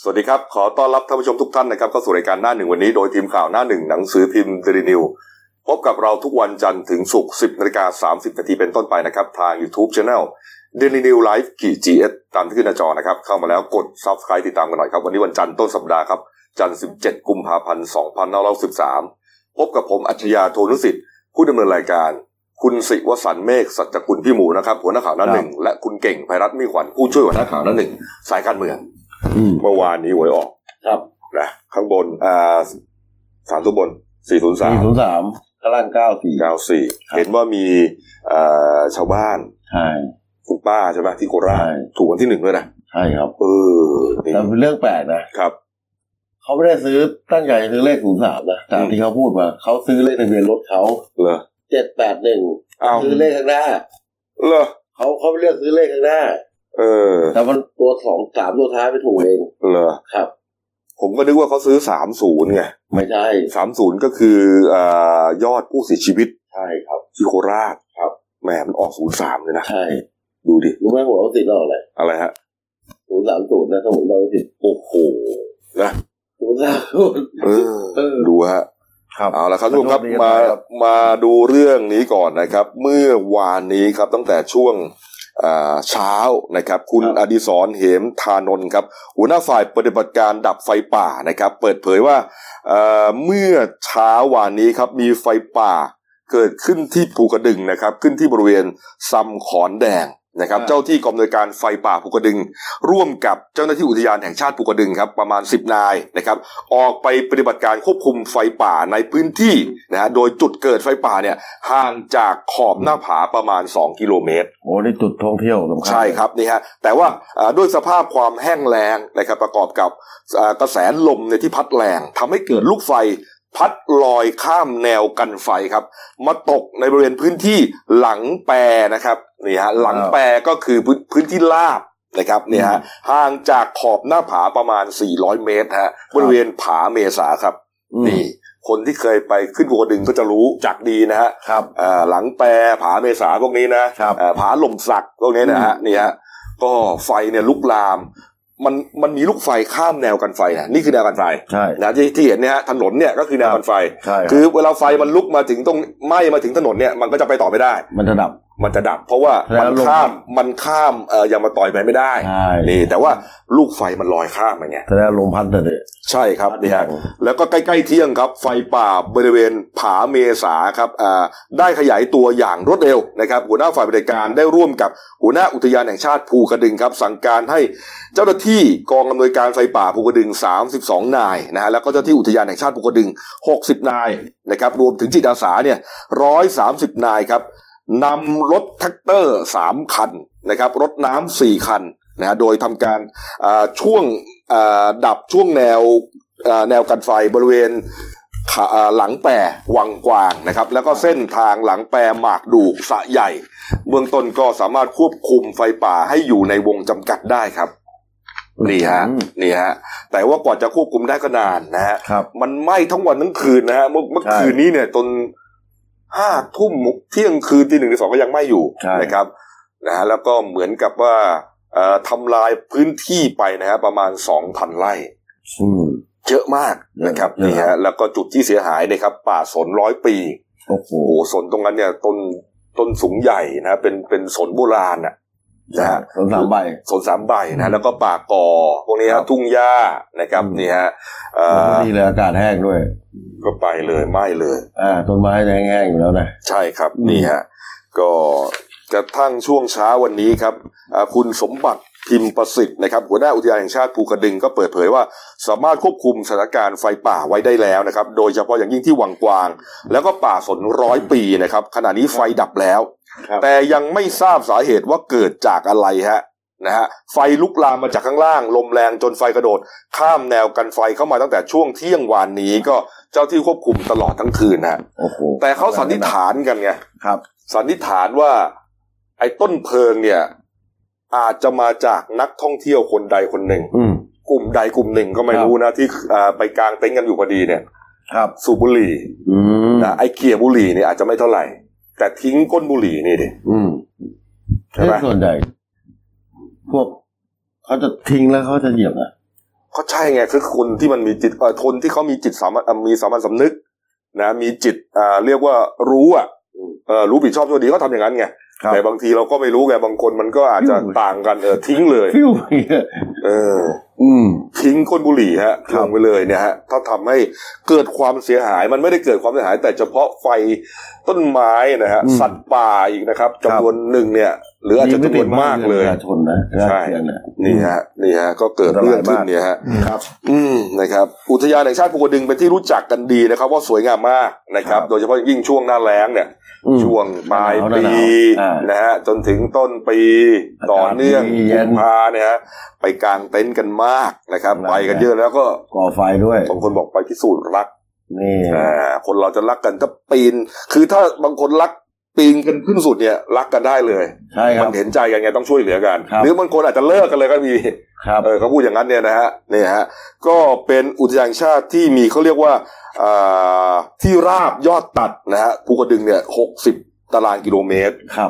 สวัสดีครับขอต้อนรับท่านผู้ชมทุกท่านนะครับเข้าสู่รายการหน้าหนึ่งวันนี้โดยทีมข่าวหน้าหนึ่งหนังสือพิมพ์ Daily News พบกับเราทุกวันจันทร์ถึงศุกร์ 10:30 น.เป็นต้นไปนะครับทาง YouTube Channel Daily News Live GS ตามที่ขึ้นหน้าจอนะครับเข้ามาแล้วกด Subscribe ติดตามกันหน่อยครับวันนี้วันจันทร์ต้นสัปดาห์ครับจันทร์17 กุมภาพันธ์ 2513พบกับผมอัจฉริยะ โทนุสิทธิ์ผู้ดำเนินรายการคุณศิวสันต์เมฆสัจจกุลพี่หมูนะครับหัวหน้าข่าวหน้าหนึ่งและคุณเก่งไพรัตน์มีขวัญผู้ช่วยหัวหน้าข่าวหน้าหนึ่งสายการเมืองเมื่อวานนี้หวยออกครับนะข้างบน3ตัวบน403 ข้างล่าง94 เห็นว่ามีชาวบ้านใช่คุณป้าใช่ไหมที่โคราชถูกวันที่1ด้วยนะใช่ครับแต่เป็นเรื่องแปลกนะครับเขาไม่ได้ซื้อตั้งใจซื้อเลข03นะตามที่เขาพูดมาเขาซื้อเลขทะเบียนรถเขาเหรอ 781ซื้อเลขข้างหน้าเหรอเขาเลือกซื้อเลขข้างหน้าแต่มันตัว2-3ตัวท้ายไปถูกเองเหรอครับผมก็นึกว่าเขาซื้อ30ไงไม่ใช่ 30ก็คือยอดผู้เสียชีวิตใช่ครับที่โคราชครับแหมมันออก03เลยนะใช่ดูดิรู้ไหมหัวเขาติดอะไรฮะ 030นะสมุนเราติดโอ้โหนะ030ดูฮะเอาละครับทุกท่านครับมาดูเรื่องนี้ก่อนนะครับเมื่อวานนี้ครับตั้งแต่ช่วงเช้านะครับคุณอดิศรเหมธานนท์ครับหัวหน้าฝ่ายปฏิบัติการดับไฟป่านะครับเปิดเผยว่าเมื่อเช้าวานนี้ครับมีไฟป่าเกิดขึ้นที่ภูกระดึงนะครับขึ้นที่บริเวณซำขอนแดงนะครับเจ้าที่กองอำนวยการไฟป่าภูกระดึงร่วมกับเจ้าหน้าที่อุทยานแห่งชาติภูกระดึงครับประมาณ10นายนะครับออกไปปฏิบัติการควบคุมไฟป่าในพื้นที่นะฮะโดยจุดเกิดไฟป่าเนี่ยห่างจากขอบหน้าผาประมาณ2กิโลเมตรโอ้นี่จุดท่องเที่ยวสำคัญใช่ครับนี่ฮะแต่ว่าด้วยสภาพความแห้งแล้งนะครับประกอบกับกระแสลมในที่พัดแรงทำให้เกิดลูกไฟพัดลอยข้ามแนวกันไฟครับมาตกในบริเวณพื้นที่หลังแปรนะครับนี่ฮะหลังแปรก็คือพื้นที่ราบนะครับเนี่ยฮะห่างจากขอบหน้าผาประมาณ400เมตรฮะบริเวณผาเมษาครับนี่คนที่เคยไปขึ้นภูกระดึงก็จะรู้จักดีนะฮะหลังแปรผาเมษาพวกนี้นะผาหล่มสักพวกนี้นะฮะนี่ฮะก็ไฟเนี่ยลุกลามมันมีลูกไฟข้ามแนวกันไฟนะนี่คือแนวกันไฟนะที่เห็นเนี่ยฮะถนนเนี่ยก็คือแนวกันไฟคือเวลาไฟมันลุกมาถึงตรงไหม้มาถึงถนนเนี่ยมันก็จะไปต่อไม่ได้มันจะดับเพราะว่ามันข้ามยังมาต่อยไปไม่ได้นี่แต่ว่าลูกไฟมันลอยข้ามมาไงแสดงลมพัดเลยใช่ครับนี่ฮะแล้วก็ใกล้ๆเที่ยงครับไฟป่าบริเวณผาเมษาครับได้ขยายตัวอย่างรวดเร็วนะครับหัวหน้าฝ่ายบริการได้ร่วมกับหัวหน้าอุทยานแห่งชาติภูกระดึงครับสั่งการให้เจ้าหน้าที่กองอำนวยการไฟป่าภูกระดึง32นายนะฮะแล้วก็เจ้าที่อุทยานแห่งชาติภูกระดึง60นายนะครับรวมถึงจิตอาสาเนี่ย130นายครับนำรถแท็กเตอร์3คันนะครับรถน้ำ4คันนะฮะโดยทำการช่วงดับช่วงแนวกันไฟบริเวณหลังแปรวังกวางนะครับแล้วก็เส้นทางหลังแปรหมากดูกสะใหญ่เบื้องต้นก็สามารถควบคุมไฟป่าให้อยู่ในวงจำกัดได้ครับนี่ฮะแต่ว่ากว่าจะควบคุมได้ก็นานนะฮะมันไหม้ทั้งวันทั้งคืนนะฮะเมื่อคืนนี้เนี่ยจน5 ทุ่มเที่ยงคืนตี 1 ตี 2ก็ยังไหม้อยู่นะครับนะฮะแล้วก็เหมือนกับว่าทำลายพื้นที่ไปนะฮะประมาณ 2,000 ไร่เยอะมากนะครับนี่ฮะแล้วก็จุดที่เสียหายนะครับป่าสน100 ปีโอ้โหสนตรงนั้นเนี่ยต้นสูงใหญ่นะเป็นสนโบราณนะฮะสน3 ใบนะแล้วก็ป่ากอพวกนี้ฮะทุ่งหญ้านะครับนี่ฮะนี่เลยอากาศแห้งด้วยก็ไปเลยไหม้เลยต้นไม้แห้งๆอยู่แล้วนะใช่ครับนี่ฮะก็กระทั่งช่วงเช้าวันนี้ครับคุณสมบัติพิมพ์ประสิทธิ์นะครับหัวหน้าอุทยานแห่งชาติภูกระดึงก็เปิดเผยว่าสามารถควบคุมสถานการณ์ไฟป่าไว้ได้แล้วนะครับโดยเฉพาะอย่างยิ่งที่วังกวางแล้วก็ป่าสน100 ปีนะครับขณะนี้ไฟดับแล้วแต่ยังไม่ทราบสาเหตุว่าเกิดจากอะไรฮะนะฮะไฟลุกลามมาจากข้างล่างลมแรงจนไฟกระโดดข้ามแนวกันไฟเข้ามาตั้งแต่ช่วงเที่ยงวานนี้ก็เจ้าที่ควบคุมตลอดทั้งคืนนะแต่เขาสันนิษฐานกันไงสันนิษฐานว่าไอ้ต้นเพลิงเนี่ยอาจจะมาจากนักท่องเที่ยวคนใดคนหนึ่งกลุ่มใดกลุ่มหนึ่งก็ไม่รู้นะที่ไปกางเต็นท์กันอยู่พอดีเนี่ยสูบบุหรี่นะไอ้เกียร์บุหรี่เนี่ยอาจจะไม่เท่าไหร่แต่ทิ้งก้นบุหรี่นี่ดิใช่ไหมส่วนใหญ่พวกเขาจะทิ้งแล้วเขาจะเหยียบก็ใช่ไงคือคนที่มันมีจิตคนที่เขามีจิตสามัญสำนึกนะมีจิตเรียกว่ารู้รู้ผิดชอบชั่วดีก็ทำอย่างนั้นไงแต่บางทีเราก็ไม่รู้ไงบางคนมันก็อาจจะต่างกันทิ้งเลยทิ้งก้นบุหรี่ฮะลงไปเลยเนี่ยฮะถ้าทำให้เกิดความเสียหายมันไม่ได้เกิดความเสียหายแต่เฉพาะไฟต้นไม้นะฮะสัตว์ป่าอีกนะครับจำนวนหนึ่งเนี่ยหรืออาจจะจำนวนมากเลยใช่นี่ฮะก็เกิดเรื่องขึ้นเนี่ยฮะครับนะครับอุทยานแห่งชาติภูกระดึงเป็นที่รู้จักกันดีนะครับว่าสวยงามมากนะครับโดยเฉพาะยิ่งช่วงหน้าแล้งเนี่ยช่วงปลายปีนะฮะจนถึงต้นปีต่อเนื่องกุมภาเนี่ยฮะไปกางเต็นท์กันมากนะครับไปกันเยอะแล้วก็ก่อไฟด้วยบางคนบอกไปพิสูจน์รักนี่คนเราจะรักกันถ้าปีนคือถ้าบางคนรักปีนกันขึ้นสุดเนี่ยรักกันได้เลยใช่ครับมันเห็นใจกันไงต้องช่วยเหลือกันหรือบางคนอาจจะเลิกกันเลยก็มีเขาพูดอย่างนั้นเนี่ยนะฮะนี่ฮะก็เป็นอุทยานแห่งชาติที่มีเขาเรียกว่าที่ราบยอดตัดนะฮะภูกระดึงเนี่ย60 ตารางกิโลเมตรครับ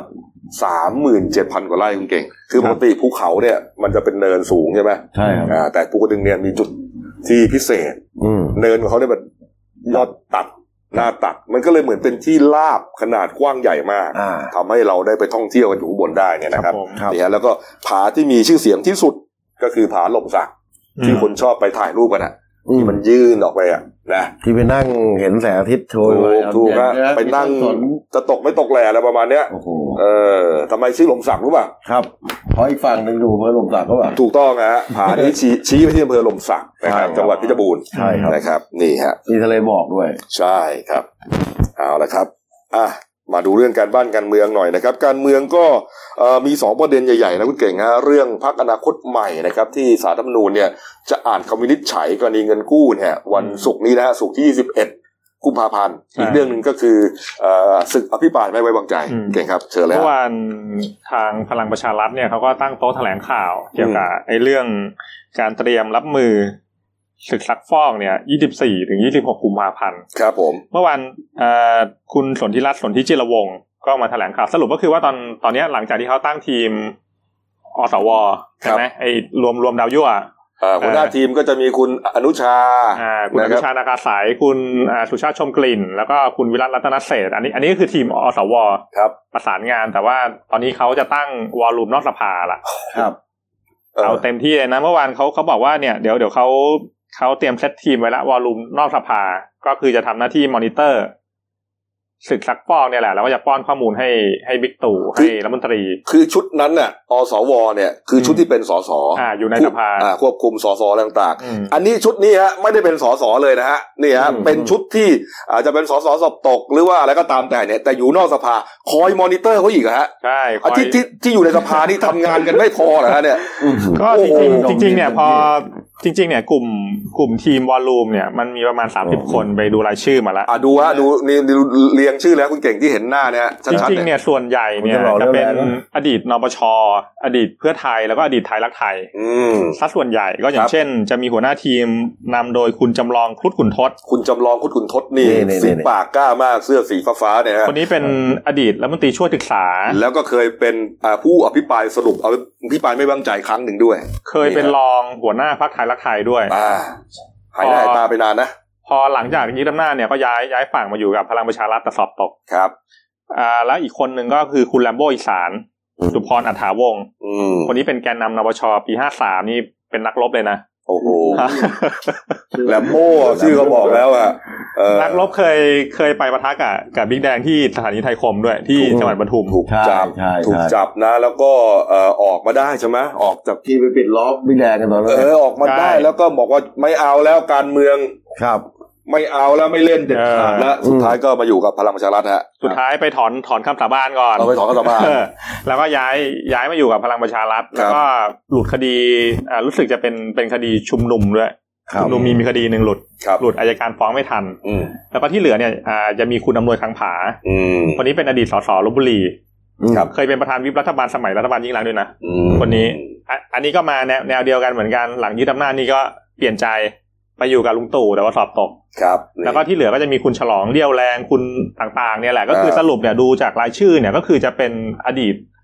37,000 กว่าไร่คุณเก่งคือปกติภูเขาเนี่ยมันจะเป็นเนินสูงใช่ไหมใช่ครับแต่ภูกระดึงเนี่ยมีจุดที่พิเศษเนินของเขาเนี่ยแบบยอดตัดหน้าตัดมันก็เลยเหมือนเป็นที่ราบขนาดกว้างใหญ่มากทำให้เราได้ไปท่องเที่ยวกันอยู่บนได้เนี่ยนะครับนี่ฮะแล้วก็ผาที่มีชื่อเสียงที่สุดก็คือผาหล่มสักที่คนชอบไปถ่ายรูปกันที่มันยื่นออกไปนะที่ไปนั่งเห็นแสงอาทิตย์โชยถูกครับไปนั่งจะตกไม่ตกแหล่อะไรประมาณเนี้ยทำไมชื่อหล่มสักรู้ป่ะครับเพราะอีกฝั่งนึงอยู่อำเภอหล่มสักก็ว่าถูกต้องฮะผาที่ชี้ไปที่อำเภอหล่มสักนะครับจังหวัดเพชรบูรณ์นะครับนี่ฮะมีทะเลหมอกด้วยใช่ครับเอาละครับมาดูเรื่องการบ้านการเมืองหน่อยนะครับการเมืองก็มี2ประเด็นใหญ่ๆนะคุณเก่งฮะเรื่องพรรคอนาคตใหม่นะครับที่ศาลรัฐธรรมนูญเนี่ยจะอ่านคำวินิจฉัยกรณีเงินกู้เนี่ยวันศุกร์นี้นะฮะศุกร์ที่21 กุมภาพันธ์อีกเรื่องนึงก็คือศึกอภิปรายไม่ไว้วางใจเก่งครับเชิญเลยเมื่อวานทางพลังประชารัฐเนี่ยเขาก็ตั้งโต๊ะแถลงข่าวเกี่ยวกับไอ้เรื่องการเตรียมรับมือศึกซักฟอกเนี่ย24 ถึง 26 กุมภาพันธ์ครับผมเมื่อวานคุณสนธิรัตน์สนธิจิรวงศ์ก็มาแถลงข่าวสรุปก็คือว่าตอนนี้หลังจากที่เขาตั้งทีมอสวใช่ไหมไอ้รวมดาวยั่วหัวหน้าทีมก็จะมีคุณอนุชาคุณอนุชานาคาสายคุณสุชาติชมกลิ่นแล้วก็คุณวิรัตรัตนเศรษฐ์อันนี้ก็คือทีมอสวประสานงานแต่ว่าตอนนี้เขาจะตั้งวอลลุ่มนอกสภาละครับเอาเต็มที่เลยนะเมื่อวานเขาบอกว่าเนี่ยเดี๋ยวเขาเตรียมเซตทีมไว้แล้ววอลลุ่มนอกสภาก็คือจะทำหน้าที่มอนิเตอร์ศึกซักฟอกเนี่ยแหละแล้วก็จะป้อนข้อมูลให้บิ๊กตู่ให้รัฐมนตรีคือชุดนั้นน่ะอสวเนี่ยคือชุดที่เป็นสสอยู่ในสภาควบคุมสสต่างๆอันนี้ชุดนี้ฮะไม่ได้เป็นสสเลยนะฮะนี่ฮะเป็นชุดที่อาจจะเป็นสสสอบตกหรือว่าอะไรก็ตามแต่เนี่ยแต่อยู่นอกสภาคอยมอนิเตอร์เขาอีกฮะใช่ที่อยู่ในสภานี่ทำงานกันไม่พอเหรอฮะเนี่ยก็จริงเนี่ยพอจริงๆเนี่ยกลุ่มทีมวอลลุ่มเนี่ยมันมีประมาณ30 คนไปดูรายชื่อมาแล้วดูฮะดูนี่เรียงชื่อแล้วคุณเก่งที่เห็นหน้าเนี่ยจริงๆเนี่ยส่วนใหญ่เนี่ยจะเป็นอดีตนปช.อดีตเพื่อไทยแล้วก็อดีตไทยรักไทยซะส่วนใหญ่ก็อย่างเช่นจะมีหัวหน้าทีมนำโดยคุณจำลองครุฑขุนทศนี่สีปากกล้ามากเสื้อสีฟ้าๆเนี่ยฮะคนนี้เป็นอดีตรัฐมนตรีช่วยศึกษาแล้วก็เคยเป็นผู้อภิปรายสรุปอภิปรายไม่ไว้วางใจครั้งหนึ่งด้วยเคยเป็นรองหัวหน้าพรรคไทยรักไทยด้วยหายหน้าหายตาไปนานนะพอหลังจากยึดอำนาจเนี่ยก็ย้ายฝั่งมาอยู่กับพลังประชารัฐแต่สอบตกครับแล้วอีกคนหนึ่งก็คือคุณแลมโบอีสานสุพรอัฏฐาวงศ์คนนี้เป็นแกนนำนปช.ปี53นี่เป็นนักรบเลยนะโอ้โหแลมโบชื่อเขาบอกแล้วอ่ะนักรบเคยไปปะทะกับบิ๊กแดงที่สถานีไทยคมด้วยที่จังหวัดปทุมถูกจับนะแล้วก็ออกมาได้ใช่ไหมออกจากที่ไปปิดล้อมบิ๊กแดงกันตอนนั้นออกมาได้แล้วก็บอกว่าไม่เอาแล้วการเมืองครับไม่เอาแล้วไม่เล่นเด็ดขาดแล้วสุดท้ายก็มาอยู่กับพลังประชารัฐฮะสุดท้ายไปถอนคำสาบานก่อนไปถอนคำสาบานแล้วก็ย้ายมาอยู่กับพลังประชารัฐแล้วก็หลุดคดีรู้สึกจะเป็นคดีชุมนุมด้วยชุมนุมมีคดีนึงหลุดอัยการฟ้องไม่ทันแล้วก็ที่เหลือเนี่ยจะมีคุณอำนวยคังผาคนนี้เป็นอดีตสสลพบุรีเคยเป็นประธานวิปรัฐบาลสมัยรัฐบาลยิ่งรักษณ์ด้วยนะคนนี้อันนี้ก็มาแนวเดียวกันเหมือนกันหลังยึดอำนาจนี่ก็เปลี่ยนใจไปอยู่กับลุงตู่แต่ว่าสอบตกแล้วก็ที่เหลือก็จะมีคุณฉลองเรี่ยวแรงคุณต่างๆเนี่ยแหละก็คือสรุปเนี่ยดูจากรายชื่อเนี่ยก็คือจะเป็นอดีต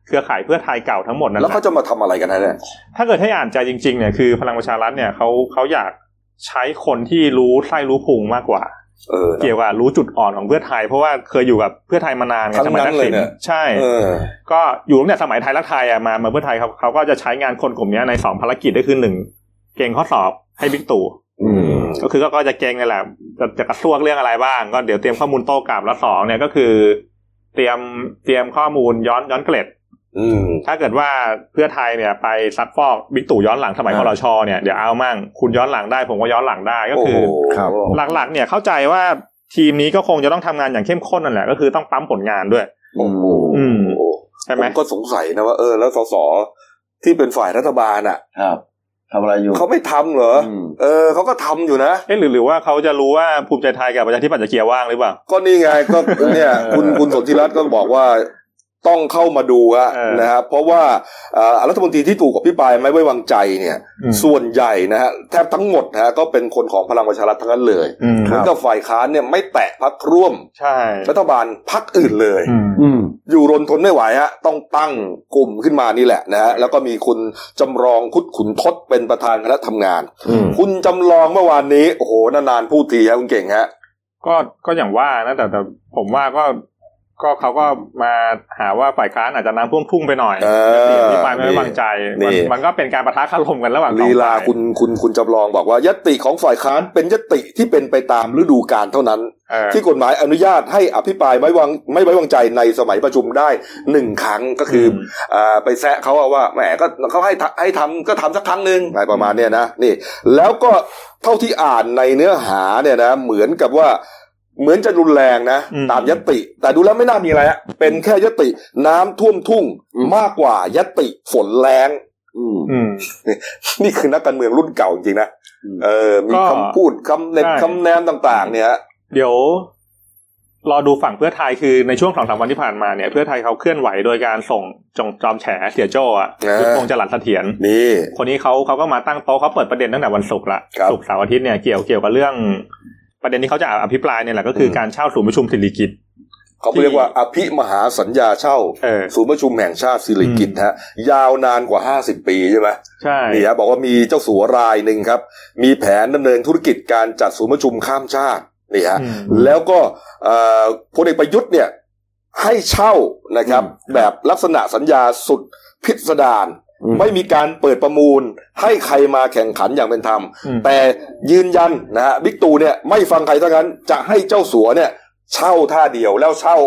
เครือข่ายเพื่อไทยเก่าทั้งหมดนั่นแหละแล้วเขาจะมาทำอะไรกันเนี่ยถ้าเกิดให้อ่านใจจริงๆเนี่ยคือพลังประชารัฐเนี่ยเขาอยากใช้คนที่รู้ไส้รู้พุงมากกว่าเกี่ยวกับรู้จุดอ่อนของเพื่อไทยเพราะว่าเคยอยู่กับเพื่อไทยมานานไงสมัยทักษิณใช่ก็อยู่ตั้งแต่สมัยไทยรักไทยมาเพื่อไทยเขาก็จะใช้งานคนกลุ่มนี้ใน2ภารกิจก็คือ1เก่งข้อสอบให้บิ๊กตู่ก็คือก็จะเก่งนั่นแหละจะกระซวกเรื่องอะไรบ้างก็เดี๋ยวเตรียมข้อมูลโต้กลับแล้ว2เนี่ยก็คือเตรียมข้อมูลย้อนเกล็ดถ้าเกิดว่าเพื่อไทยเนี่ยไปซักฟอกบิ๊กตู่ย้อนหลังสมัยครช.เนี่ยเดี๋ยวเอามั่งคุณย้อนหลังได้ผมก็ย้อนหลังได้ก็คือหลักๆเนี่ยเข้าใจว่าทีมนี้ก็คงจะต้องทำงานอย่างเข้มข้นนั่นแหละก็คือต้องปั๊มผลงานด้วยใช่ไหมผมก็สงสัยนะว่าแล้วสสที่เป็นฝ่ายรัฐบาลครับทำอะไรอยู่เขาไม่ทำเหรอเขาก็ทำอยู่นะหรือว่าเขาจะรู้ว่าภูมิใจไทยกับประชาธิปัตย์จะเกียร์ว่างหรือเปล่าก็นี่ไงก็เนี่ยคุณสนธิรัตน์ก็บอกว่าต้องเข้ามาดูนะครับเพราะว่ารัฐมนตรีที่ถูกอภิปรายไม่ไว้วางใจเนี่ยส่วนใหญ่นะฮะแทบทั้งหมดนะฮะก็เป็นคนของพลังประชารัฐทั้งนั้นเลยเหมือนกับฝ่ายค้านเนี่ยไม่แตะพรรคร่วมรัฐบาลพรรคอื่นเลยอยู่รนทนไม่ไหวฮะต้องตั้งกลุ่มขึ้นมานี่แหละนะฮะแล้วก็มีคุณจำลองพุทธขุนทศเป็นประธานคณะทำงานคุณจำลองเมื่อวานนี้โอ้โหนานๆพูดทีฮะคุณเก่งฮะก็อย่างว่านะแต่ผมว่าก็เขาก็มาหาว่าฝ่ายค้านอาจจะน้ำท่วมทุ่งไปหน่อยที่ปลายไม่ไว้วางใจมันก็เป็นการปะทะคารมกันระหว่างลีลาคุณจำลองบอกว่าญัตติของฝ่ายค้านเป็นญัตติที่เป็นไปตามฤดูกาลเท่านั้นที่กฎหมายอนุญาตให้อภิปรายไม่ไว้วางใจในสมัยประชุมได้1ครั้งก็คือไปแซะเขาว่าแหมก็เขาให้ทำก็ทำสักครั้งนึงอะไรประมาณเนี้ยนะนี่แล้วก็เท่าที่อ่านในเนื้อหาเนี่ยนะเหมือนกับว่าเหมือนจะรุนแรงนะตามญัตติแต่ดูแล้วไม่น่ามีอะไรเป็นแค่ญัตติน้ำท่วมทุ่งมากกว่าญัตติฝนแรงนี่คือนักการเมืองรุ่นเก่าจริงๆนะมีคำพูดคำแนมต่างๆเนี่ยเดี๋ยวรอดูฝั่งเพื่อไทยคือในช่วง 2-3 วันที่ผ่านมาเนี่ยเพื่อไทยเขาเคลื่อนไหวโดยการส่งจอมแฉเสี่ยโจ้ยุทธพงษ์จรัสเสถียรนี่คนนี้เขาก็มาตั้งโต๊ะเขาเปิดประเด็นตั้งแต่วันศุกร์ละศุกร์เสาร์อาทิตย์เนี่ยเกี่ยวกับเรื่องประเด็นที่เขาจะอภิปรายเนี่ยแหละก็คือการเช่าศูนย์ประชุมสิริกิติ์เขาเรียกว่าอภิมหาสัญญาเช่าศูนย์ประชุมแห่งชาติสิริกิติ์ฮะยาวนานกว่า50ปีใช่ไหมใช่นี่ฮะบอกว่ามีเจ้าสัวรายหนึ่งครับมีแผนดำเนินธุรกิจการจัดศูนย์ประชุมข้ามชาตินี่ฮะแล้วก็พลเอกประยุทธ์เนี่ยให้เช่านะครับแบบลักษณะสัญญาสุดพิสดารไม่มีการเปิดประมูลให้ใครมาแข่งขันอย่างเป็นธรรมแต่ยืนยันนะฮะบิ๊กตู่เนี่ยไม่ฟังใครทั้งนั้นจะให้เจ้าสัวเนี่ยเช่าท่าเดียวแล้วเช่า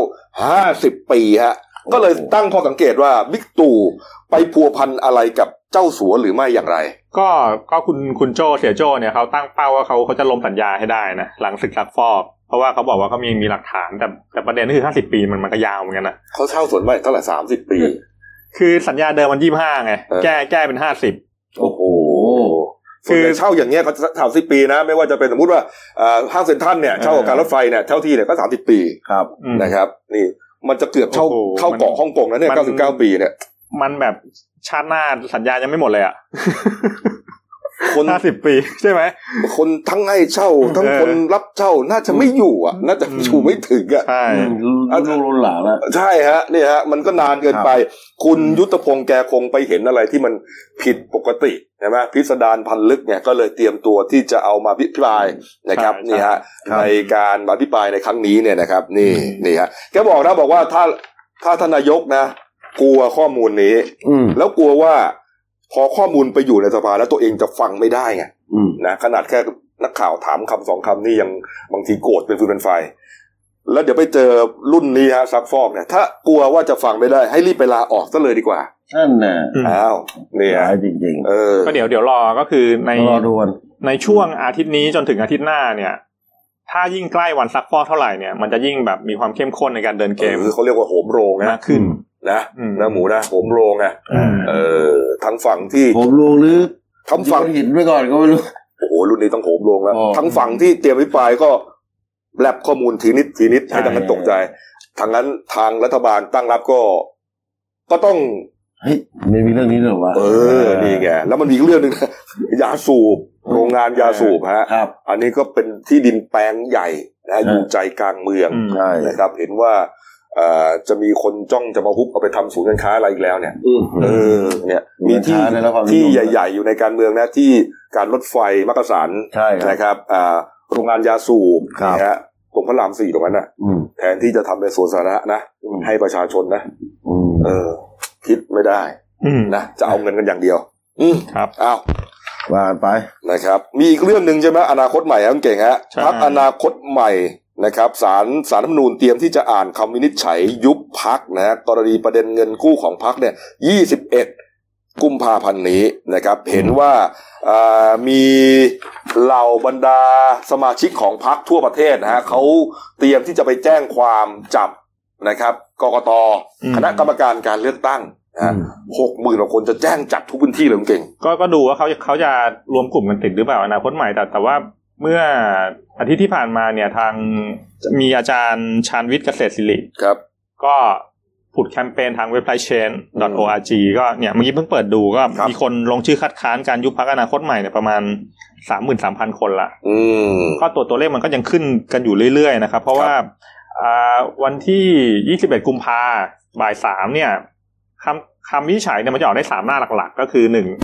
50ปีฮะก็เลยตั้งข้อสังเกตว่าบิ๊กตู่ไปพัวพันอะไรกับเจ้าสัวหรือไม่อย่างไรก็คุณโจเสี่ยโจเนี่ยเขาตั้งเป้าว่าเขาจะล้มสัญญาให้ได้นะหลังศึกซักฟอกเพราะว่าเขาบอกว่าเขามีหลักฐานแต่ประเด็นก็คือ50ปีมันก็ยาวเหมือนกันนะเขาเช่าส่วนไม่เท่าไหร่30ปีคือสัญญาเดิมมัน25ไงแก้เป็น50 โอ้โหคือเช่าอย่างเงี้ยเขา30ปีนะไม่ว่าจะเป็นสมมุติว่าห้างเซ็นทรัลเนี่ยเช่ากับการรถไฟเนี่ยเช่าที่เนี่ยก็30ปีครับนะครับนี่มันจะเกือบเท่าเกาะฮ่องกงแล้วเนี่ย99ปีเนี่ยมันแบบชาติหน้าสัญญายังไม่หมดเลยอ่ะคน50ปีใช่ไหมคนทั้งให้เช่าทั้งคนรับเช่าน่าจะไม่อยู่อ่ะน่าจะอยู่ไม่ถึงอ่ะใช่รุ่นหลานแล้วใช่ฮะนี่ฮะมันก็นานเกินไปคุณยุทธพงษ์แกคงไปเห็นอะไรที่มันผิดปกติใช่ไหมพิสดารพันลึกเนี่ยก็เลยเตรียมตัวที่จะเอามาพิพายนะครับนี่ฮะในการอภิปรายในครั้งนี้เนี่ยนะครับนี่ฮะแกบอกว่าถ้าท่านนายกนะกลัวข้อมูลนี้แล้วกลัวว่าพอข้อมูลไปอยู่ในสภาแล้วตัวเองจะฟังไม่ได้ไงนะขนาดแค่นักข่าวถามคำ2คำนี่ยังบางทีโกรธเป็นฟืนเป็นไฟแล้วเดี๋ยวไปเจอรุ่นนี้ฮะซักฟอกเนี่ยถ้ากลัวว่าจะฟังไม่ได้ให้รีบไปลาออกซะเลยดีกว่านั่นน่ะอ้าวเนี่ยจริงๆก็เดี๋ยวรอก็คือในช่วงอาทิตย์นี้จนถึงอาทิตย์หน้าเนี่ยถ้ายิ่งใกล้วันซักฟอกเท่าไหร่เนี่ยมันจะยิ่งแบบมีความเข้มข้นในการเดินเกมเขาเรียกว่าโหมโรงนะขึ้นนะหมูนะโหมโรงไงทางฝั่งที่โหมโรงหรือทางฝั่งหินไว้ก่อนก็ไม่รู้โอ้โหรุ่นนี้ต้องโหมโรงแล้วทางฝั่งที่เตรียมอภิปรายก็แลบข้อมูลทีนิดให้ทางนั้นตกใจทางนั้นทางรัฐบาลตั้งรับก็ต้องเฮ้ยไม่มีเรื่องนี้หรอวะนี่ไงแล้วมันมีเรื่องนึงยาสูบโรงงานยาสูบฮะอันนี้ก็เป็นที่ดินแปลงใหญ่นะอยู่ใจกลางเมืองนะครับเห็นว่าจะมีคนจ้องจะมาฮุบเอาไปทำศูนย์การค้าอะไรอีกแล้วเนี่ยเนี่ยมีที่ใหญ่ๆอยู่ในการเมืองนะที่การรถไฟมักกะสันนะครับโรงงานยาสูบนะฮะตรงพระราม 4ตรงนั้นน่ะแทนที่จะทำเป็นสวนสาธารณะนะให้ประชาชนนะคิดไม่ได้นะจะเอาเงินกันอย่างเดียวครับอ้าวว่าไปนะครับมีอีกเรื่องนึงใช่ไหมอนาคตใหม่ครับเก่งฮะพรรคอนาคตใหม่นะครับศาลรัฐธรรมนูญเตรียมที่จะอ่านคำวินิจฉัยยุบพรรคนะฮะกรณีประเด็นเงินกู้ของพรรคเนี่ย21 กุมภาพันธ์นี้นะครับเห็นว่ามีเหล่าบรรดาสมาชิกของพรรคทั่วประเทศนะฮะเขาเตรียมที่จะไปแจ้งความจับนะครับกกต.คณะกรรมการการเลือกตั้ง60,000 กว่าคนจะแจ้งจับทุกพื้นที่เลยเก่งก็ดูว่าเขาจะรวมกลุ่มกันติดหรือเปล่าอนาคตใหม่แต่ว่าเมื่ออาทิตย์ที่ผ่านมาเนี่ยทางมีอาจารย์ชาญวิทย์เกษตรศิริครับก็ผุดแคมเปญทางเว็บไซต์ change.org ก็เนี่ยเมื่อกี้เพิ่งเปิดดูก็มีคนลงชื่อคัดค้านการยุบพรรคอนาคตใหม่เนี่ยประมาณ 33,000 คนละก็ตัวเลขมันก็ยังขึ้นกันอยู่เรื่อยๆนะครับเพราะว่าวันที่21 กุมภาพันธ์บ่าย 3เนี่ยคำวินิจฉัยเนี่ยมันจะออกได้3หน้าหลักๆก็คือ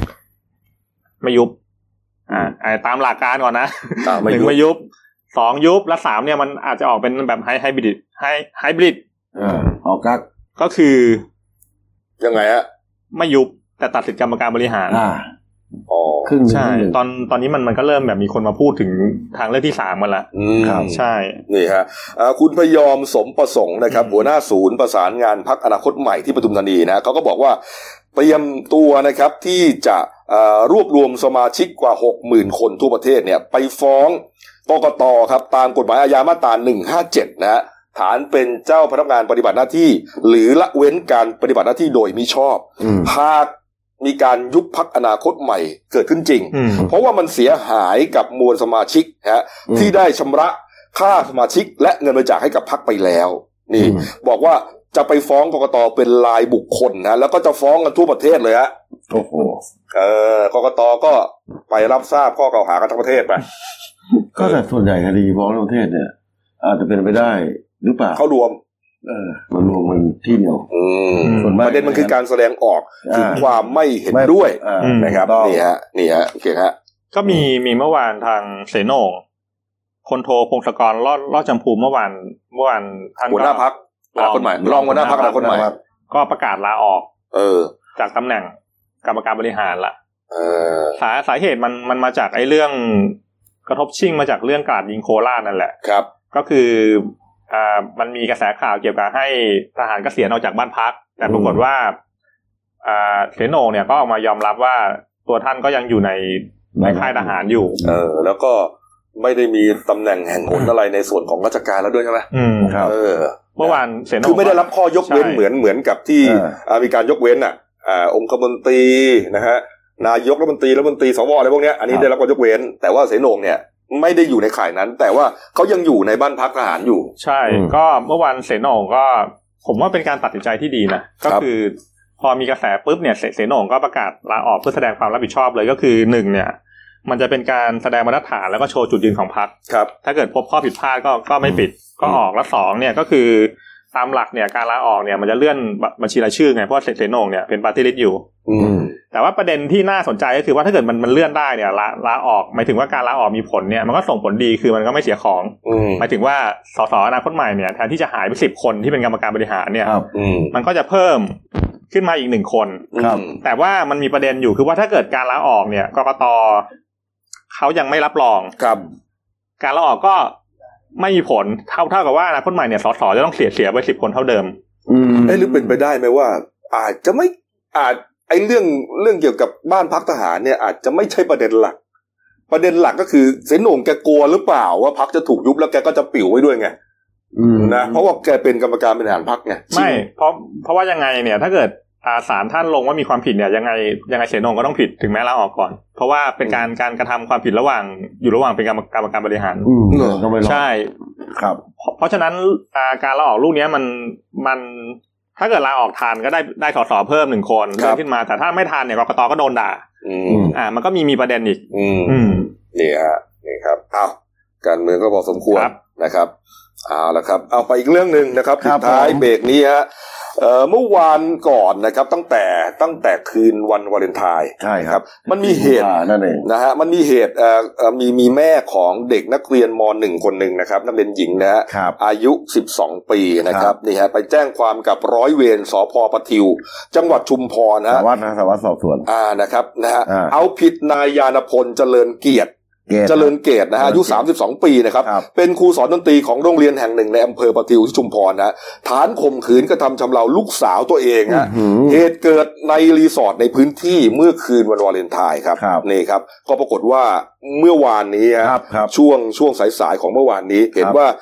1ไม่ยุบตามหลักการก่อนนะ1ไม่ยุบ2ยุบและ3เนี่ยมันอาจจะออกเป็นแบบไฮบริดออกก็คือยังไงฮะไม่ยุบแต่ตัดสิทธิกรรมการบริหารครึ่งใช่ตอนนี้มันก็เริ่มแบบมีคนมาพูดถึงทางเลือกที่3มาแล้วใช่นี่ฮะคุณพยอมสมประสงค์นะครับหัวหน้าศูนย์ประสานงานพรรคอนาคตใหม่ที่ปทุมธานีนะเขาก็บอกว่าเตรียมตัวนะครับที่จะรวบรวมสมาชิกกว่า 60,000 คนทั่วประเทศเนี่ยไปฟ้องกกต.ครับตามกฎหมายอาญามาตรา157นะฮะฐานเป็นเจ้าพนักงานปฏิบัติหน้าที่หรือละเว้นการปฏิบัติหน้าที่โดยมิชอบหากมีการยุบพรรคอนาคตใหม่เกิดขึ้นจริงเพราะว่ามันเสียหายกับมวลสมาชิกฮะที่ได้ชำระค่าสมาชิกและเงินบริจาคให้กับพรรคไปแล้วนี่บอกว่าจะไปฟ้องกกต.เป็นรายบุคคลนะแล้วก็จะฟ้องกันทั่วประเทศเลยฮะโอ้โหกกต.ก็ไปรับทราบข้อกล่าวหากันทั้งประเทศไปก็แต่ส่วนใหญ่คดีฟ้องทั้งประเทศเนี่ยอาจจะเป็นไปได้หรือเปล่าเขารวมมันรวมมันที่เดียวประเด็นมันคือการแสดงออกถึงความไม่เห็นด้วยนะครับนี่ฮะโอเคฮะก็มีเมื่อวานทางเสโนคนโทพงศกรลอดจำพูเมื่อวานท่านหัวหน้าพรรคอนาคตใหม่รองหัวหน้าพรรคอนาคตใหม่ก็ประกาศลาออกจากตำแหน่งกรรมการบริหารละสาเหตุมันมาจากไอ้เรื่องกระทบชิ่งมาจากเรื่องกราดยิงโคราชนั่นแหละครับก็คือมันมีกระแสข่าวเกี่ยวกับให้ทหารเกษียณออกจากบ้านพักแต่ปรากฏว่าเสโนเนี่ยก็ออกมายอมรับว่าตัวท่านก็ยังอยู่ในค่ายทหารอยู่แล้วก็ไม่ได้มีตำแหน่งแห่งหนอะไรในส่วนของราชการแล้วด้วยใช่ไหมครับเมื่อวานเสโนคือไม่ได้รับข้อยกเว้นเหมือนกับที่มีการยกเว้นองคมนตรีนะฮะนายกรัฐมนตรีสวอะไรพวกนี้อันนี้ได้รับข้อยกเว้นแต่ว่าเสโนเนี่ยไม่ได้อยู่ในข่ายนั้นแต่ว่าเขายังอยู่ในบ้านพักทหารอยู่ใช่ก็เมื่อวานเสโนก็ผมว่าเป็นการตัดสินใจที่ดีนะก็คือพอมีกระแสปุ๊บเนี่ยเสโนก็ประกาศลาออกเพื่อแสดงความรับผิดชอบเลยก็คือ1เนี่ยมันจะเป็นการแสดงมาตรฐานแล้วก็โชว์จุดยืนของพรรคถ้าเกิดพบข้อผิดพลาดก็ไม่ปิดก็ออกแล้ว2เนี่ยก็คือตามหลักเนี่ยการลาออกเนี่ยมันจะเลื่อนบัญชีรายชื่อไงเพราะเสโนเนี่ยเป็นปาร์ตี้ลิสต์อยู่แต่ว่าประเด็นที่น่าสนใจก็คือว่าถ้าเกิดมันเลื่อนได้เนี่ยลาออกหมายถึงว่าการลาออกมีผลเนี่ยมันก็ส่งผลดีคือมันก็ไม่เสียของหมายถึงว่าสสอนาคตใหม่เนี่ยแทนที่จะหายไป10 คนที่เป็นกรรมการบริหารเนี่ยมันก็จะเพิ่มขึ้นมาอีก1 คนแต่ว่ามันมีประเด็นอยู่คือว่าถ้าเกิดการลาออกเนี่ยกกต.เขายังไม่รับรองการลาออกก็ไม่มีผลเท่ากับว่าอนาคตใหม่เนี่ยสสจะต้องเสียไป10 คนเท่าเดิมหรือเป็นไปได้ไหมว่าอาจจะไม่ไอ้เรื่องเกี่ยวกับบ้านพักทหารเนี่ยอาจจะไม่ใช่ประเด็นหลักก็คือเสโหน่งแกกลัวหรือเปล่าว่าพรรคจะถูกยุบแล้วแกก็จะปิ๋วไว้ด้วยไงนะเพราะว่าแกเป็นกรรมการบริหารพรรคไงไม่เพราะว่ายังไงเนี่ยถ้าเกิดศาลท่านลงว่ามีความผิดเนี่ยยังไงเสโหน่งก็ต้องผิดถึงแม้ลาออกก่อนเพราะว่าเป็นการกระทำความผิดระหว่างเป็นกรรมการบริหารใช่ครับเพราะฉะนั้นการลาออกลูกนี้มันถ้าเกิดลาออกทันก็ได้สสเพิ่ม1 คนขึ้นมาแต่ถ้าไม่ทันเนี่ยกกต.ก็โดนด่ามันก็มีประเด็นอีกนี่ฮะนี่ครับอ้าวการเมืองก็พอสมควรนะครับเอาละครับเอาไปอีกเรื่องนึงนะครับคปิรัดบท้ายเบรกนี้ฮะเมื่อวานก่อนนะครับตั้งแต่คืนวันวาเลนไทน์ใช่ครับมันมีเหตุนั่นเองนะฮะมันมีเหตุมีแม่ของเด็กนักเรียนม.1 คนหนึ่งนะครับนักเรียนหญิงนะฮะครับอายุ12 ปีนะครับนี่ฮะไปแจ้งความกับร้อยเวรสภ.ปทิวจังหวัดชุมพรนะฮะสารวัตรสอบสวนนะครับนะฮะอ่าเอาผิดนายยานพลเจริญเกียรตินะฮะอายุ32 ปีนะครับเป็นครูสอนดนตรีของโรงเรียนแห่งหนึ่งในอำเภอปทิวที่ชุมพรนะฐานข่มขืนกระทำชำเราลูกสาวตัวเองฮะเหตุเกิดในรีสอร์ทในพื้นที่เมื่อคืนวันวาเลนไทน์ครับนี่ครับก็ปรากฏว่าเมื่อวานนี้ช่วงสายๆของเมื่อวานนี้เห็นว่า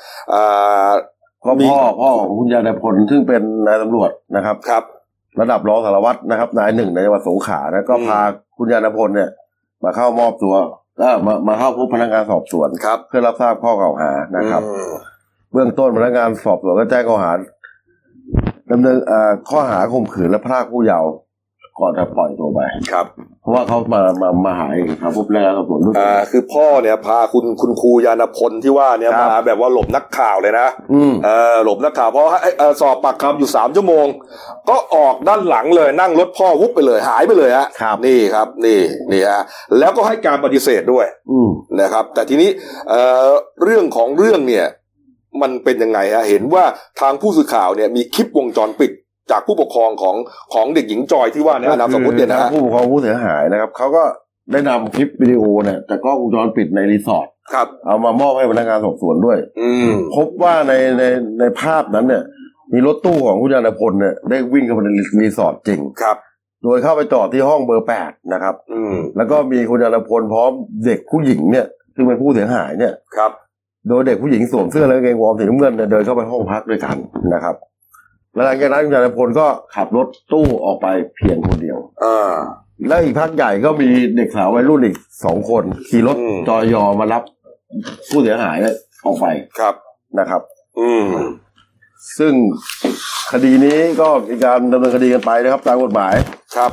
พ่อของคุณยานพลซึ่งเป็นนายตำรวจนะครับระดับรองสารวัตรนะครับนายหนึ่งในจังหวัดสงขลานะก็พาคุณยานพลเนี่ยมาเข้ามอบตัวมาเข้าพบพนักงานสอบสวนเพื่อรับทราบข้อกล่าวหานะครับเบื้องต้นพนักงานสอบสวนก็แจ้งข้อหาดำเนินข้อหาข่มขืนและพรากผู้เยาว์ก่อนจะปล่อยตัวไปครับเพราะว่าเขามาหาเองครับพบพนักงานสอบสวนด้วยคือพ่อเนี่ยพาคุณครูยานพลที่ว่าเนี่ยมาแบบว่าหลบนักข่าวเลยนะหลบนักข่าวเพราะสอบปากคำอยู่3 ชั่วโมงก็ออกด้านหลังเลยนั่งรถพ่อวุบไปเลยหายไปเลยฮะนี่ครับนี่ฮะแล้วก็ให้การปฏิเสธด้วยนะครับแต่ทีนี้เรื่องของเรื่องเนี่ยมันเป็นยังไงฮะเห็นว่าทางผู้สื่อข่าวเนี่ยมีคลิปวงจรปิดจากผู้ปกครองของเด็กหญิงจอยที่ว่าเนี่ยนามสมมุติเนี่ยนะฮะผู้ปกครองผู้เสียหายนะครับเขาก็ได้นำคลิปวิดีโอเนี่ยจากกล้องวงจรปิดในรีสอร์ทเอามามอบให้พนักงานสอบสวนด้วยพบว่าในภาพนั้นเนี่ยมีรถตู้ของคุณยานพลเนี่ยได้วิ่งเข้าไปในรีสอร์ทจริงโดยเข้าไปจอดที่ห้องเบอร์8นะครับแล้วก็มีคุณยานพลพร้อมเด็กผู้หญิงเนี่ยซึ่งเป็นผู้เสียหายเนี่ยโดยเด็กผู้หญิงสวมเสื้อและกางเกงวอร์มสีน้ำเงินเนี่ยเดินเข้าไปห้องพักด้วยกันนะครับแล้วหลังจากนั้นคุณยานพลก็ขับรถตู้ออกไปเพียงคนเดียวแล้วอีกพักใหญ่ก็มีเด็กสาววัยรุ่นอีก2 คนขี่รถจอยอมารับผู้เสียหายออกไปนะครับซึ่งคดีนี้ก็มีการดำเนินคดีกันไปนะครับตามกฎหมายครับ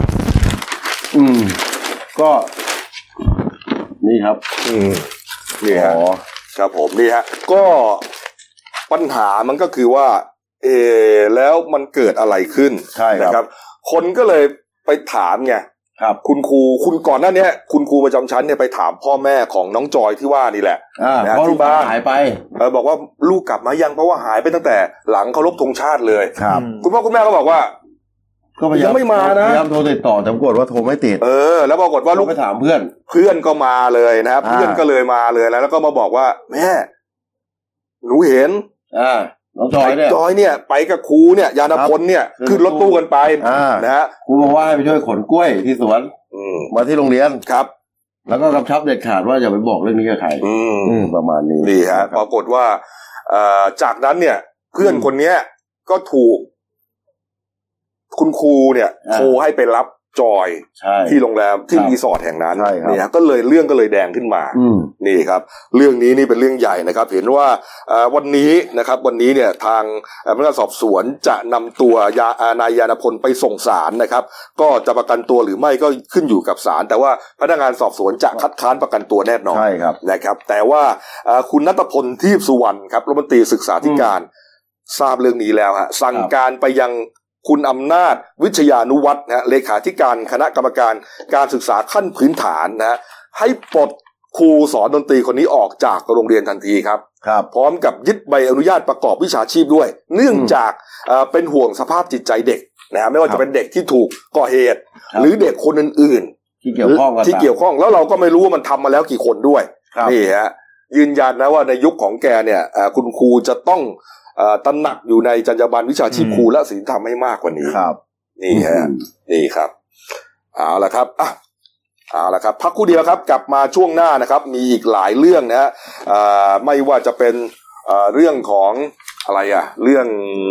ก็นี่ครับนี่ฮะครับผมนี่ฮะก็ปัญหามันก็คือว่าแล้วมันเกิดอะไรขึ้นนะครับคนก็เลยไปถามไงคุณครูคุณก่อนหน้านี้คุณครูประจำชั้นเนี่ยไปถามพ่อแม่ของน้องจอยที่ว่านี่แหละที่บ้านหายไปบอกว่าลูกกลับมายังเพราะว่าหายไปตั้งแต่หลังเคารพธงชาติเลยคุณพ่อคุณแม่ก็บอกว่ายังไม่มานะพยายามโทรติดต่อแต่ปรากฏว่าโทรไม่ติดแล้วปรากฏว่าลูกไปถามเพื่อนก็มาเลยนะครับเพื่อนก็เลยมาเลยแล้วก็มาบอกว่าแม่หนูเห็นน้องจอยเนี่ยไปกับครูเนี่ยยานพลเนี่ยขึ้นรถตู้กันไปนะฮะครูบอกว่าให้ไปช่วยขนกล้วยที่สวนมาที่โรงเรียนครับแล้วก็กำชับเด็ดขาดว่าอย่าไปบอกเรื่องนี้กับใครประมาณนี้นี่ฮะปรากฏว่าจากนั้นเนี่ยเพื่อนคนนี้ก็ถูกคุณครูเนี่ยโทรให้ไปรับจอยที่โรงแรมที่รีสอร์ทแห่งนั้นนี่ฮะก็เลยเรื่องก็เลยแดงขึ้นมานี่ครับเรื่องนี้นี่เป็นเรื่องใหญ่นะครับเห็นว่าวันนี้นะครับวันนี้เนี่ยทางพนักงานสอบสวนจะนำตัวนายยานพลไปส่งศาลนะครับก็จะประกันตัวหรือไม่ก็ขึ้นอยู่กับศาลแต่ว่าพนักงานสอบสวนจะคัดค้านประกันตัวแน่นอนนะครับแต่ว่าคุณณัฐพลทีพสุวรรณครับรัฐมนตรีศึกษาธิการทราบเรื่องนี้แล้วฮะสั่งการไปยังคุณอำนาจวิชยานุวัฒน์นะเลขาธิการคณะกรรมการการศึกษาขั้นพื้นฐานนะให้ปลดครูสอนดนตรีคนนี้ออกจากโรงเรียนทันทีครับพร้อมกับยึดใบอนุญาตประกอบวิชาชีพด้วยเนื่องจากเป็นห่วงสภาพจิตใจเด็กนะไม่ว่าจะเป็นเด็กที่ถูกก่อเหตุหรือเด็กคนอื่นๆที่เกี่ยวข้องแล้วเราก็ไม่รู้ว่ามันทำมาแล้วกี่คนด้วยนี่ฮะยืนยันนะว่าในยุคของแกเนี่ยคุณครูจะต้องตระหนักอยู่ในจรรยาบรรณวิชาชีพครูและศีลธรรมให้มากกว่านี้นี่ฮะนี่ครับเอาละครับพักครู่เดียวครับกลับมาช่วงหน้านะครับมีอีกหลายเรื่องนะไม่ว่าจะเป็นเรื่องของอะไรเรื่อง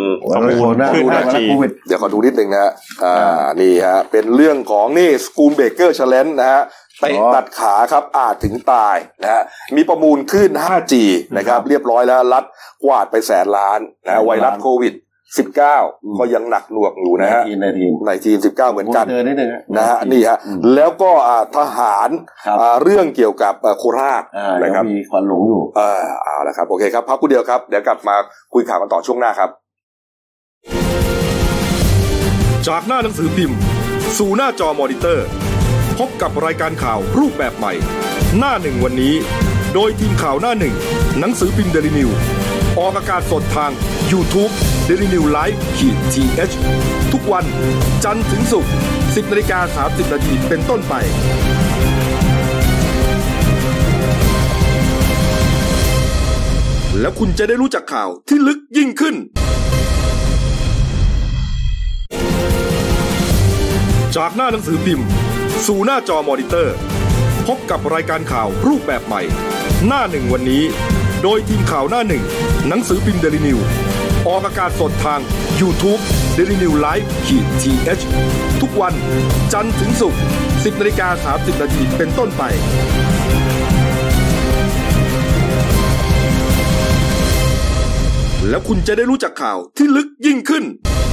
โควิดเดี๋ยวขอดูนิดนึงนะนี่ฮะเป็นเรื่องของนี่สกูลเบเกอร์ชาเลนจ์นะฮะเตะตัดขาครับอาจถึงตายนะฮะมีประมูลขึ้น 5G นะครับเรียบร้อยแล้วรัฐกวาดไป100,000,000,000นะไวรัสโควิด 19ก็ยังหนักหน่วงอยู่นะฮะในทีม19เหมือนกันนะฮะนี่ฮะแล้วก็ทหารเรื่องเกี่ยวกับโคราชนะครับมีควันหลงอยู่เอาละครับโอเคครับพักกูเดียวครับเดี๋ยวกลับมาคุยข่าวกันต่อช่วงหน้าครับจากหน้าหนังสือพิมพ์สู่หน้าจอมอนิเตอร์พบกับรายการข่าวรูปแบบใหม่หน้าหนึ่งวันนี้โดยทีมข่าวหน้าหนึ่งหนังสือพิมพ์ Daily News ออกอากาศสดทาง YouTube Daily News Live-TH ทุกวันจันทร์ถึงศุกร์ 10:30 น.เป็นต้นไปแล้วคุณจะได้รู้จักข่าวที่ลึกยิ่งขึ้นจากหน้าหนังสือพิมพ์สู่หน้าจอมอนิเตอร์พบกับรายการข่าวรูปแบบใหม่หน้าหนึ่งวันนี้โดยทีมข่าวหน้าหนึ่งหนังสือพิมพ์ Daily News ออกอากาศสดทาง YouTube Daily News Live-TH ทุกวันจันทร์ถึงศุกร์ 10:30 น.เป็นต้นไปแล้วคุณจะได้รู้จักข่าวที่ลึกยิ่งขึ้น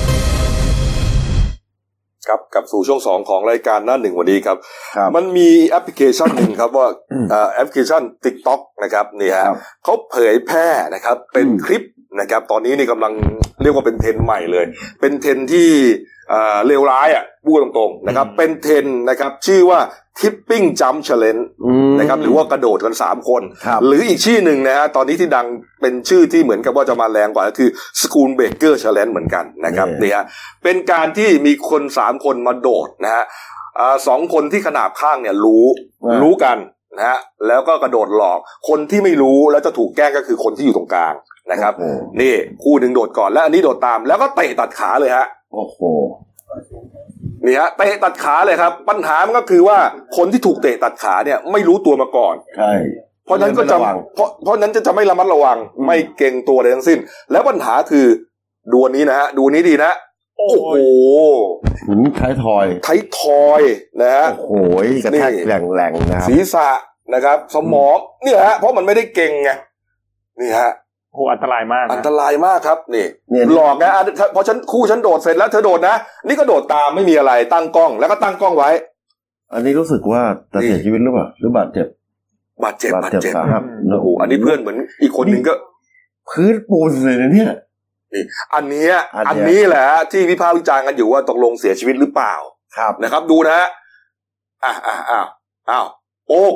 ครับกลับสู่ช่วง2ของรายการหน้าหนึ่งวันนี้ครับมันมีแอปพลิเคชันหนึ่งครับว่าแอปพลิเคชัน TikTok นะครับนี่ฮะเขาเผยแพร่นะครับเป็นคลิปนะครับตอนนี้นี่กำลังเรียกว่าเป็นเทรนด์ใหม่เลยเป็นเทรนด์ที่เลวร้ายพูดตรงๆนะครับเป็นเทรนด์นะครับชื่อว่า Tipping Jump Challenge นะครับหรือว่ากระโดดกัน3คนหรืออีกชื่อหนึ่งนะฮะตอนนี้ที่ดังเป็นชื่อที่เหมือนกับว่าจะมาแรงกว่าก็คือ School Breaker Challenge เหมือนกันนะครับนี่ฮะเป็นการที่มีคน3คนมาโดดนะฮะ2คนที่ขนาบข้างเนี่ยรู้กันนะฮะแล้วก็กระโดดหลอกคนที่ไม่รู้แล้วจะถูกแกล้งก็คือคนที่อยู่ตรงกลางนะครับนี่คู่หนึ่งโดดก่อนแล้วอันนี้โดดตามแล้วก็เตะตัดขาเลยฮะโอ้โหนี่ฮะเตะตัดขาเลยครับปัญหามันก็คือว่าคนที่ถูกเตะตัดขาเนี่ยไม่รู้ตัวมาก่อนใช่เพราะนั้นก็จะเพราะนั้นจะไม่ระมัดระวังไม่เก่งตัวใดทั้งสิ้นแล้วปัญหาคือดูนี้นะฮะดูนี้ดีนะโอ้โหท้ายทอยนะฮะโอ้โหกระแทกแรงๆนะครับศีรษะนะครับสมองเนี่ยฮะเพราะมันไม่ได้เก่งไงนี่ฮะโอ้อันตรายมากอันตรายมากครับนี่หลอกนะพอฉันโดดเสร็จแล้วเธอโดดนะนี่ก็โดดตามไม่มีอะไรตั้งกล้องแล้วก็ตั้งกล้องไว้อันนี้รู้สึกว่าจะเสียชีวิตหรือเปล่าหรือบาดเจ็บครับโอ้โหอันนี้เพื่อนเหมือนอีกคนนึงก็พื้นปูนเลยนะเนี่ยนี่อันนี้แหละที่วิพากษ์วิจารณ์กันอยู่ว่าตกลงเสียชีวิตหรือเปล่าครับนะครับดูนะฮะอ้าวโอ้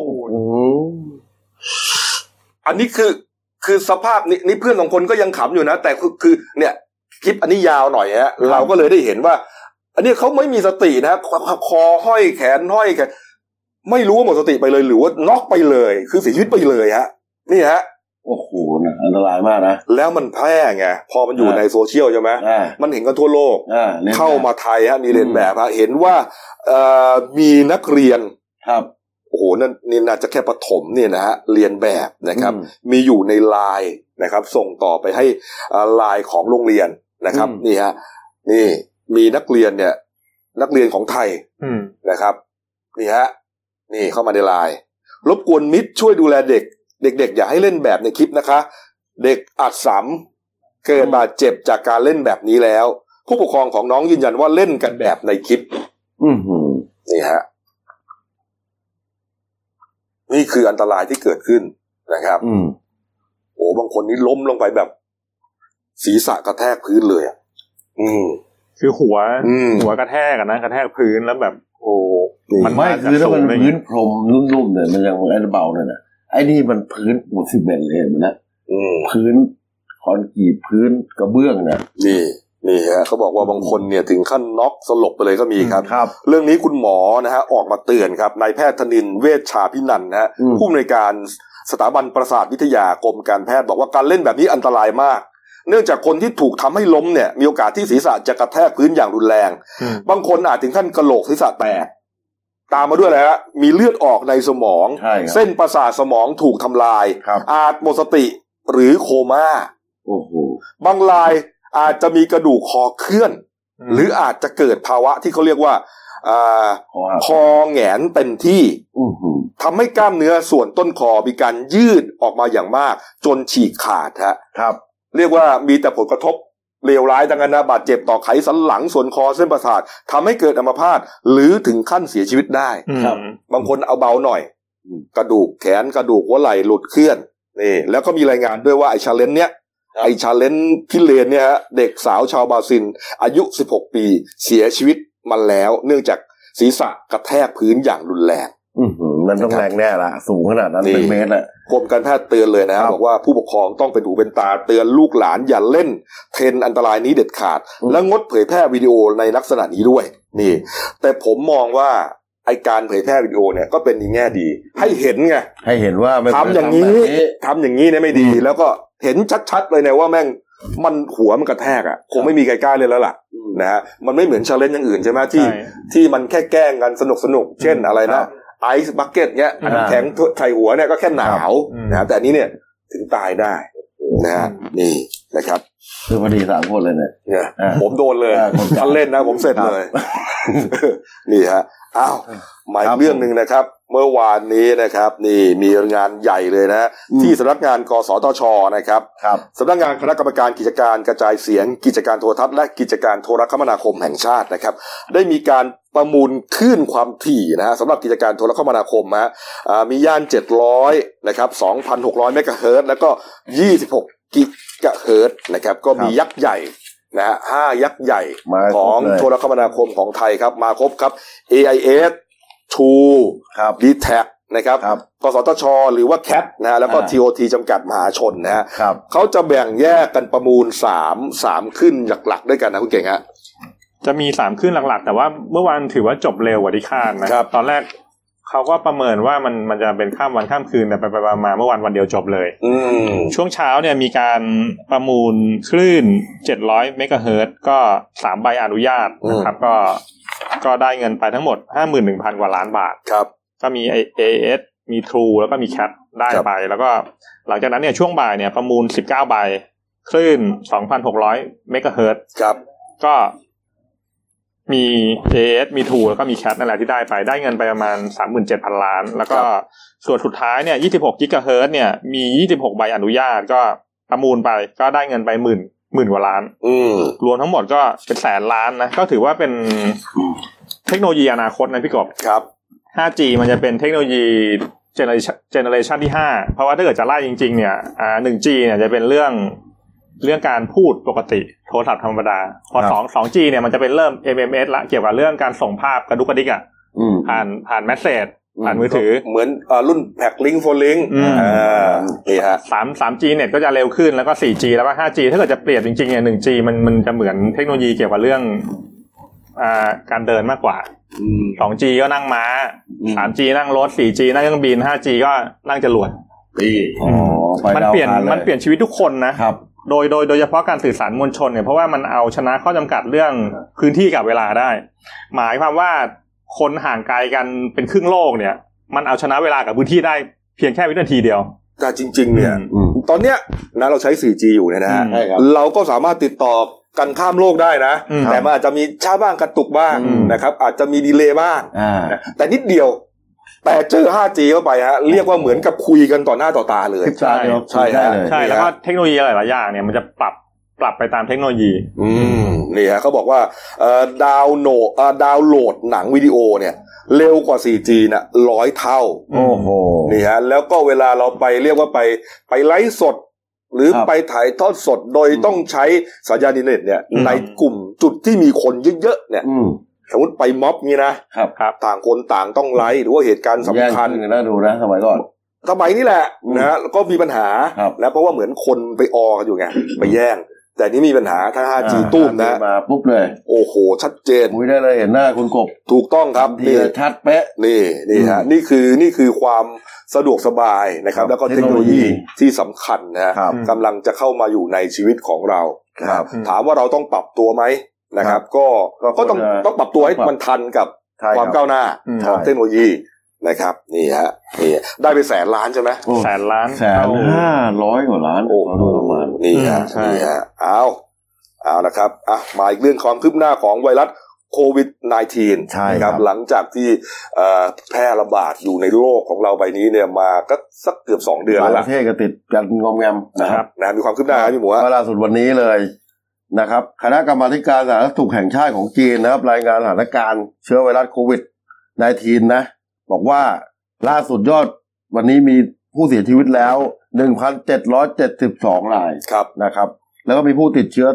อันนี้คือสภาพนี่เพื่อน2คนก็ยังขำอยู่นะแต่คือเนี่ยคลิปอันนี้ยาวหน่อยฮะเราก็เลยได้เห็นว่าอันนี้เขาไม่มีสตินะคอห้อยแขนไม่รู้ว่าหมดสติไปเลยหรือว่าน็อกไปเลยคือเสียชีวิตไปเลยฮะนี่ฮะโอ้โหอันตรายมากนะแล้วมันแพร่ไงพอมันอยู่ในโซเชียลใช่ไหมมันเห็นกันทั่วโลกเข้ามาไทยฮะมีเรียนแบบฮะเห็นว่ามีนักเรียนครับโอ้โหนี่น่าจะแค่ประถมเนี่ยนะฮะเรียนแบบนะครับมีอยู่ในไลน์นะครับส่งต่อไปให้ไลน์ของโรงเรียนนะครับนี่ฮะนี่มีนักเรียนของไทยนะครับนี่ฮะนี่เข้ามาในไลน์รบกวนมิตรช่วยดูแลเด็กอย่าให้เล่นแบบในคลิปนะคะเด็กอาจเกิดบาดเจ็บจากการเล่นแบบนี้แล้วผู้ปกครองของน้องยืนยันว่าเล่นกันแบบในคลิปนี่ฮะนี่คืออันตรายที่เกิดขึ้นนะครับโอ้บางคนนี่ล้มลงไปแบบศีรษะกระแทกพื้นเลยคือหัวกระแทกนะกระแทกพื้นแล้วแบบโอ้มันไม่คือถ้ามันพื้นพรมนุ่มๆเนี่ยมันยังไอ้เบาเนี่ยนะไอ้นี่มันพื้นปูนซีเมนต์เลยนะพื้นคอนกรีตพื้นกระเบื้องเนี่ยนี่ฮะเขาบอกว่าบางคนเนี่ยถึงขั้นน็อกสลบไปเลยก็มีครับเรื่องนี้คุณหมอนะฮะออกมาเตือนครับนายแพทย์ธนินทร์เวชชาพินันท์นะฮะผู้อำนวยการสถาบันประสาทวิทยากรมการแพทย์บอกว่าการเล่นแบบนี้อันตรายมากเนื่องจากคนที่ถูกทำให้ล้มเนี่ยมีโอกาสที่ศีรษะจะกระแทกพื้นอย่างรุนแรงบางคนอาจถึงขั้นกะโหลกศีรษะแตกตามมาด้วยอะไรฮะมีเลือดออกในสมองเส้นประสาทสมองถูกทำลายอาจหมดสติหรือโคม่าบางรายอาจจะมีกระดูกคอเคลื่อนหรืออาจจะเกิดภาวะที่เขาเรียกว่าคอแหงนเต็มที่ทำให้กล้ามเนื้อส่วนต้นคอมีการยืดออกมาอย่างมากจนฉีกขาดฮะเรียกว่ามีแต่ผลกระทบเลวร้ายดังนั้นนะบาดเจ็บต่อไขสันหลังส่วนคอเส้นประสาททำให้เกิดอัมพาตหรือถึงขั้นเสียชีวิตได้ครับบางคนเอาเบาหน่อยกระดูกแขนกระดูกหัวไหล่หลุดเคลื่อนนี่แล้วก็มีรายงานด้วยว่าไอ้ชาเลนจ์เนี้ยไอ้ชาเลนจ์พิเรนเนี่ยฮะเด็กสาวชาวบราซิลอายุ16ปีเสียชีวิตมาแล้วเนื่องจากศีรษะกระแทกพื้นอย่างรุนแรงมันต้องแรงแน่ละสูงขนาดนั้นเป็นเมตรแหละกรมการแพทย์เตือนเลยนะบอกว่าผู้ปกครองต้องเป็นหูเป็นตาเตือนลูกหลานอย่าเล่นเทรนด์อันตรายนี้เด็ดขาดและงดเผยแพร่วิดีโอในลักษณะนี้ด้วยนี่แต่ผมมองว่าไอการเผยแพร่วิดีโอเนี่ยก็เป็นในแง่ดีให้เห็นไงให้เห็นว่าทำอย่างนี้เนี่ยไม่ดีแล้วก็เห็นชัดๆเลยนะว่าแม่งมันหัวมันกระแทกอ่ะคงไม่มีใครกล้าเลยแล้วล่ะนะฮะมันไม่เหมือนชาเลนจ์อย่างอื่นใช่ไหมที่มันแค่แกล้งกันสนุกเช่นอะไรนะไอซ์บักเก็ตเนี้ยอันแข็งใส่หัวเนี่ยก็แค่หนาวนะแต่อันนี้เนี่ยถึงตายได้นะฮะนี่นะครับคือพอดี3คนเลยเนี่ยผมโดนเลยท่านเล่นนะผมเสร็จเลยนี่ฮะอ้าวมาอีกเรื่องนึงนะครับเมื่อวานนี้นะครับนี่มีงานใหญ่เลยนะที่สำนักงานกสทชนะครับสำนักงานคณะกรรมการกิจการกระจายเสียงกิจการโทรทัศน์และกิจการโทรคมนาคมแห่งชาตินะครับได้มีการประมูลคลื่นความถี่นะฮะสำหรับกิจการโทรคมนาคมฮะมีย่าน700นะครับ 2,600 เมกะเฮิรตซ์แล้วก็26กิกะเฮิรตซ์นะครับก็มียักษ์ใหญ่นะฮะ5ยักษ์ใหญ่ของโทรคมนาคมของไทยครับมาครบครับ AIS True DTAC นะครับกสทช.หรือว่า CAT นะแล้วก็ TOT จำกัดมหาชนนะฮะเขาจะแบ่งแยกกันประมูล3ขึ้นหลักๆด้วยกันนะคุณเก่งฮะจะมี3ขึ้นหลักๆแต่ว่าเมื่อวานถือว่าจบเร็วกว่าที่คาดนะตอนแรกเขาก็ประเมินว่ามันจะเป็นข้ามวันข้ามคืนแต่ไปมาเมื่อวันเดียวจบเลยช่วงเช้าเนี่ยมีการประมูลคลื่น700เมกะเฮิรตซ์ก็3ใบอนุญาตนะครับก็ได้เงินไปทั้งหมด 51,000 กว่าล้านบาทครับก็มี AIS มี True แล้วก็มี CAT ได้ไปแล้วก็หลังจากนั้นเนี่ยช่วงบ่ายเนี่ยประมูล19ใบคลื่น 2,600 เมกะเฮิรตซ์ครับก็มี AIS มี True แล้วก็มี CAT นั่นแหละที่ได้ไปได้เงินไปประมาณ 37,000 ล้านแล้วก็ส่วนสุดท้ายเนี่ย26กิกะเฮิรตซ์เนี่ยมี26ใบอนุญาตก็ประมูลไปก็ได้เงินไปหมื่นกว่าล้านรวมทั้งหมดก็เป็นแสนล้านนะก็ถือว่าเป็นเทคโนโลยีอนาคตนะพี่กบครับ 5G มันจะเป็นเทคโนโลยีเจเนอเรชันที่5เพราะว่าถ้าเกิดจะไล่จริงๆเนี่ย1G เนี่ยจะเป็นเรื่องการพูดปกติโทรศัพท์ธรรมดาพอ2G เนี่ยมันจะเป็นเริ่ม MMS ละเกี่ยวกับเรื่องการส่งภาพกระดุกกระดิกอ่ะผ่านเมสเสจผ่านมือถือเหมือนรุ่นแพ็คลิงก์โฟนลิงก์นี่ฮะ 3G เน็ตก็จะเร็วขึ้นแล้วก็ 4G แล้วก็ 5G ถ้าเกิดจะเปรียบจริงๆเนี่ย 1G มันจะเหมือนเทคโนโลยีเกี่ยวกับเรื่องการเดินมากกว่า 2G ก็นั่งม้า 3G นั่งรถ 4G นั่งเครื่องบิน 5G ก็นั่งจรวดมันเปลี่ยนชีวิตทุกคนนะครับโดยเฉพาะการสื่อสารมวลชนเนี่ยเพราะว่ามันเอาชนะข้อจำกัดเรื่องพื้นที่กับเวลาได้หมายความว่าคนห่างไกลกันเป็นครึ่งโลกเนี่ยมันเอาชนะเวลากับพื้นที่ได้เพียงแค่วินาทีเดียวแต่จริงๆเนี่ยตอนเนี้ยนะเราใช้ 4G อยู่เนี่ยนะเราก็สามารถติดต่อกันข้ามโลกได้นะแต่มันอาจจะมีช้าบ้างกระตุกบ้างนะครับอาจจะมีดีเลย์บ้างแต่นิดเดียวแต่เจอ 5G เข้าไปฮะเรียกว่าเหมือนกับคุยกันต่อหน้าต่อตาเลยใช่ใช่แล้วก็เทคโนโลยีหลายๆอย่างเนี่ยมันจะปรับไปตามเทคโนโลยีนี่ฮะเขาบอกว่าดาวน์โหลดหนังวิดีโอเนี่ยเร็วกว่า 4G น่ะ100เท่าโอ้โหนี่ฮะแล้วก็เวลาเราไปเรียกว่าไปไลฟ์สดหรือไปถ่ายทอดสดโดยต้องใช้สัญญาณอินเทอร์เน็ตเนี่ยในกลุ่มจุดที่มีคนเยอะๆเนี่ยสมมติไปม็อบงี้นะครับต่างคนต่างต้องไลฟ์หรือว่าเหตุการณ์สำคัญน่าดูนะสมัยก่อนสมัยนี้แหละนะฮะก็มีปัญหาแล้วเพราะว่าเหมือนคนไปออกันอยู่ไงไปแย่งแต่นี่มีปัญหาถ้า 5G ตุ้มนะมาปุ๊บเลยโอ้โหชัดเจนคุยได้เลยเห็นหน้าคุณกบถูกต้องครับนี่ชัดเป๊ะนี่ฮะนี่คือความสะดวกสบายนะครับแล้วก็เทคโนโลยีที่สำคัญนะกำลังจะเข้ามาอยู่ในชีวิตของเราถามว่าเราต้องปรับตัวไหมนะครับก็ต้องปรับตัวให้มันทันกับความก้าวหน้าของเทคโนโลยีนะครับนี่ฮะนี่ได้ไป100,000 ล้านใช่ไหม 100,000 ล้าน 1,500 กว่าล้านโอ้ประมาณนี่ฮะนี่ฮะเอานะครับมาอีกเรื่องความคืบหน้าของไวรัสโควิด -19 นะครับหลังจากที่แพร่ระบาดอยู่ในโลกของเราใบนี้เนี่ยมาก็สักเกือบ2 เดือนแล้วล่ะประเทศก็ติดกันงอมแงมนะครับมีความคืบหน้าครับพี่หมูล่าสุดวันนี้เลยนะครับคณะกรรมาการสาธารณสุขแห่งชาติของจีนนะครับรายงานสถานการณ์เชื้อไวรัสโควิด-19 นะบอกว่าล่าสุดยอดวันนี้มีผู้เสียชีวิตแล้ว 1,772 รายนะครับแล้วก็มีผู้ติดเชื้อ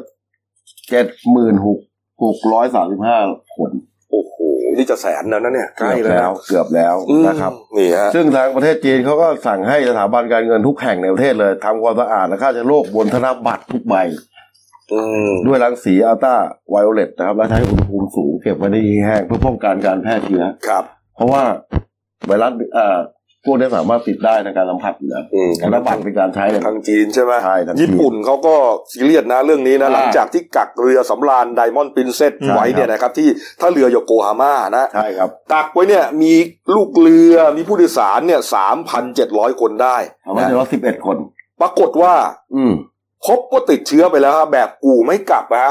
76,635 คนโอ้โหนี่จะแสนแล้วนะเนี่ยใกล้แล้วเกือบแล้วนะครับนี่ฮะซึ่งทางประเทศจีนเขาก็สั่งให้สถาบันการเงินทุกแห่งในประเทศเลยทำความสะอาดและฆ่าเชื้อโรคบนธนบัตรทุกใบด้วยรังสีอัลตราไวโอเลตนะครับและใช้อุณหภูมิสูงเก็บไว้ในที่แห้งเพื่อป้องกันการแพร่เชื้อครับเพราะว่าไวรัสพวกนี้สามารถติดได้ในการสัมผัสนะธนบัตรเป็นการใช้ทางจีนใช่ไหมใช่ญี่ปุ่นเขาก็ซีเรียสนะเรื่องนี้นะหลังจากที่กักเรือสำราญไดมอนด์ปรินเซสไว้เนี่ยนะครับที่ท่าเรือโยโกฮาม่านะใช่ครับกักไว้เนี่ยมีลูกเรือมีผู้โดยสารเนี่ย 3,700 คนได้ 3,711 คนปรากฏว่าพบว่าติดเชื้อไปแล้วแบบกู่ไม่กลับฮะ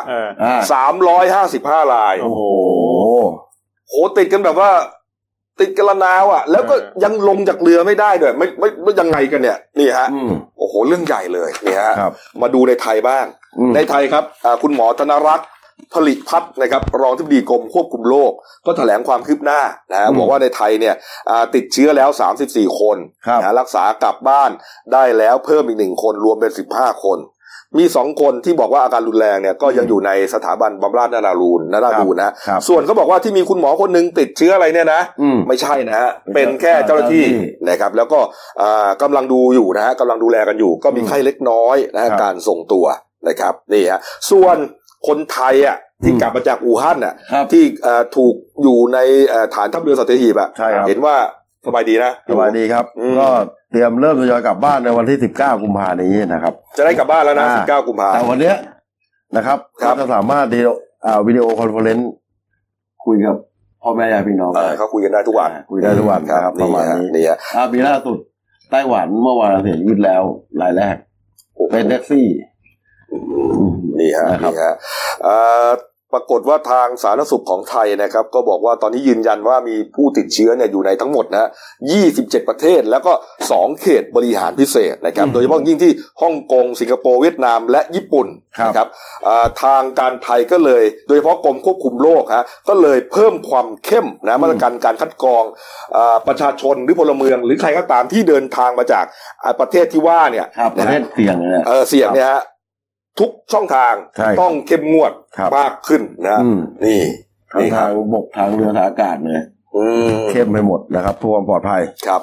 355 รายโอ้โหติดกันแบบว่าติดกระนาวอ่ะแล้วก็ยังลงจากเรือไม่ได้ด้วยไม่ยังไงกันเนี่ยนี่ฮะโอ้โหเรื่องใหญ่เลยนี่ฮะมาดูในไทยบ้างในไทยครับคุณหมอธนรักษ์ผลิตพัฒน์นะครับรองอธิบดีกรมควบคุมโรคก็แถลงความคืบหน้านะบอกว่าในไทยเนี่ยติดเชื้อแล้ว34 คนรักษากลับบ้านได้แล้วเพิ่มอีก1 คนรวมเป็น15 คนมี2 คนที่บอกว่าอาการรุนแรงเนี่ยก็ยังอยู่ในสถาบันบำราศนราดูนนะส่วนเขาบอกว่าที่มีคุณหมอคนนึงติดเชื้ออะไรเนี่ยนะไม่ใช่นะฮะเป็นแค่เจ้าหน้าที่นะครับแล้วก็กำลังดูอยู่นะฮะกำลังดูแลกันอยู่ก็มีไข้เล็กน้อยนะการส่งตัวนะครับนี่ฮะส่วนคนไทยอ่ะที่กลับมาจากอู่ฮั่นอ่ะที่ถูกอยู่ในฐานทัพเรือสัตหีบอ่ะเห็นว่าสบายดีนะสบายดีครับก็เตรียมเริ่มทยอยกลับบ้านในวันที่19 กุมภาพันธ์นี้นะครับจะได้กลับบ้านแล้วนะ19 กุมภาพันธ์แต่วันเนี้ยนะครับจะสามารถวิดีโอคอนเฟอเรนซ์คุยกับพ่อแม่ญาติพี่น้องเขาคุยกันได้ทุกวันครับประมาณนี้นี่ฮะปีล่าสุดไต้หวันเมื่อวานเสียชีวิตแล้วรายแรกเป็นแท็กซี่นี่ฮะปรากฏว่าทางสาธารณสุขของไทยนะครับก็บอกว่าตอนนี้ยืนยันว่ามีผู้ติดเชื้อเนี่ยอยู่ในทั้งหมดนะ27 ประเทศแล้วก็2 เขตบริหารพิเศษนะครับโดยเฉพาะยิ่งที่ฮ่องกงสิงคโปร์เวียดนามและญี่ปุ่นนะครับทางการไทยก็เลยโดยเฉพาะกรมควบคุมโรคก็เลยเพิ่มความเข้มนะมาตรการการคัดกรองประชาชนหรือพลเมืองหรือใครก็ตามที่เดินทางมาจากประเทศที่ว่าเนี่ยประเทศเสี่ยงเนี่ยเสี่ยงเนี่ยฮะทุกช่องทางต้องเข้มงวดมากขึ้นนะนี่ทางบกทางเรือทางอากาศเลยเข้มไปหมดนะครับเพื่อความปลอดภัยครับ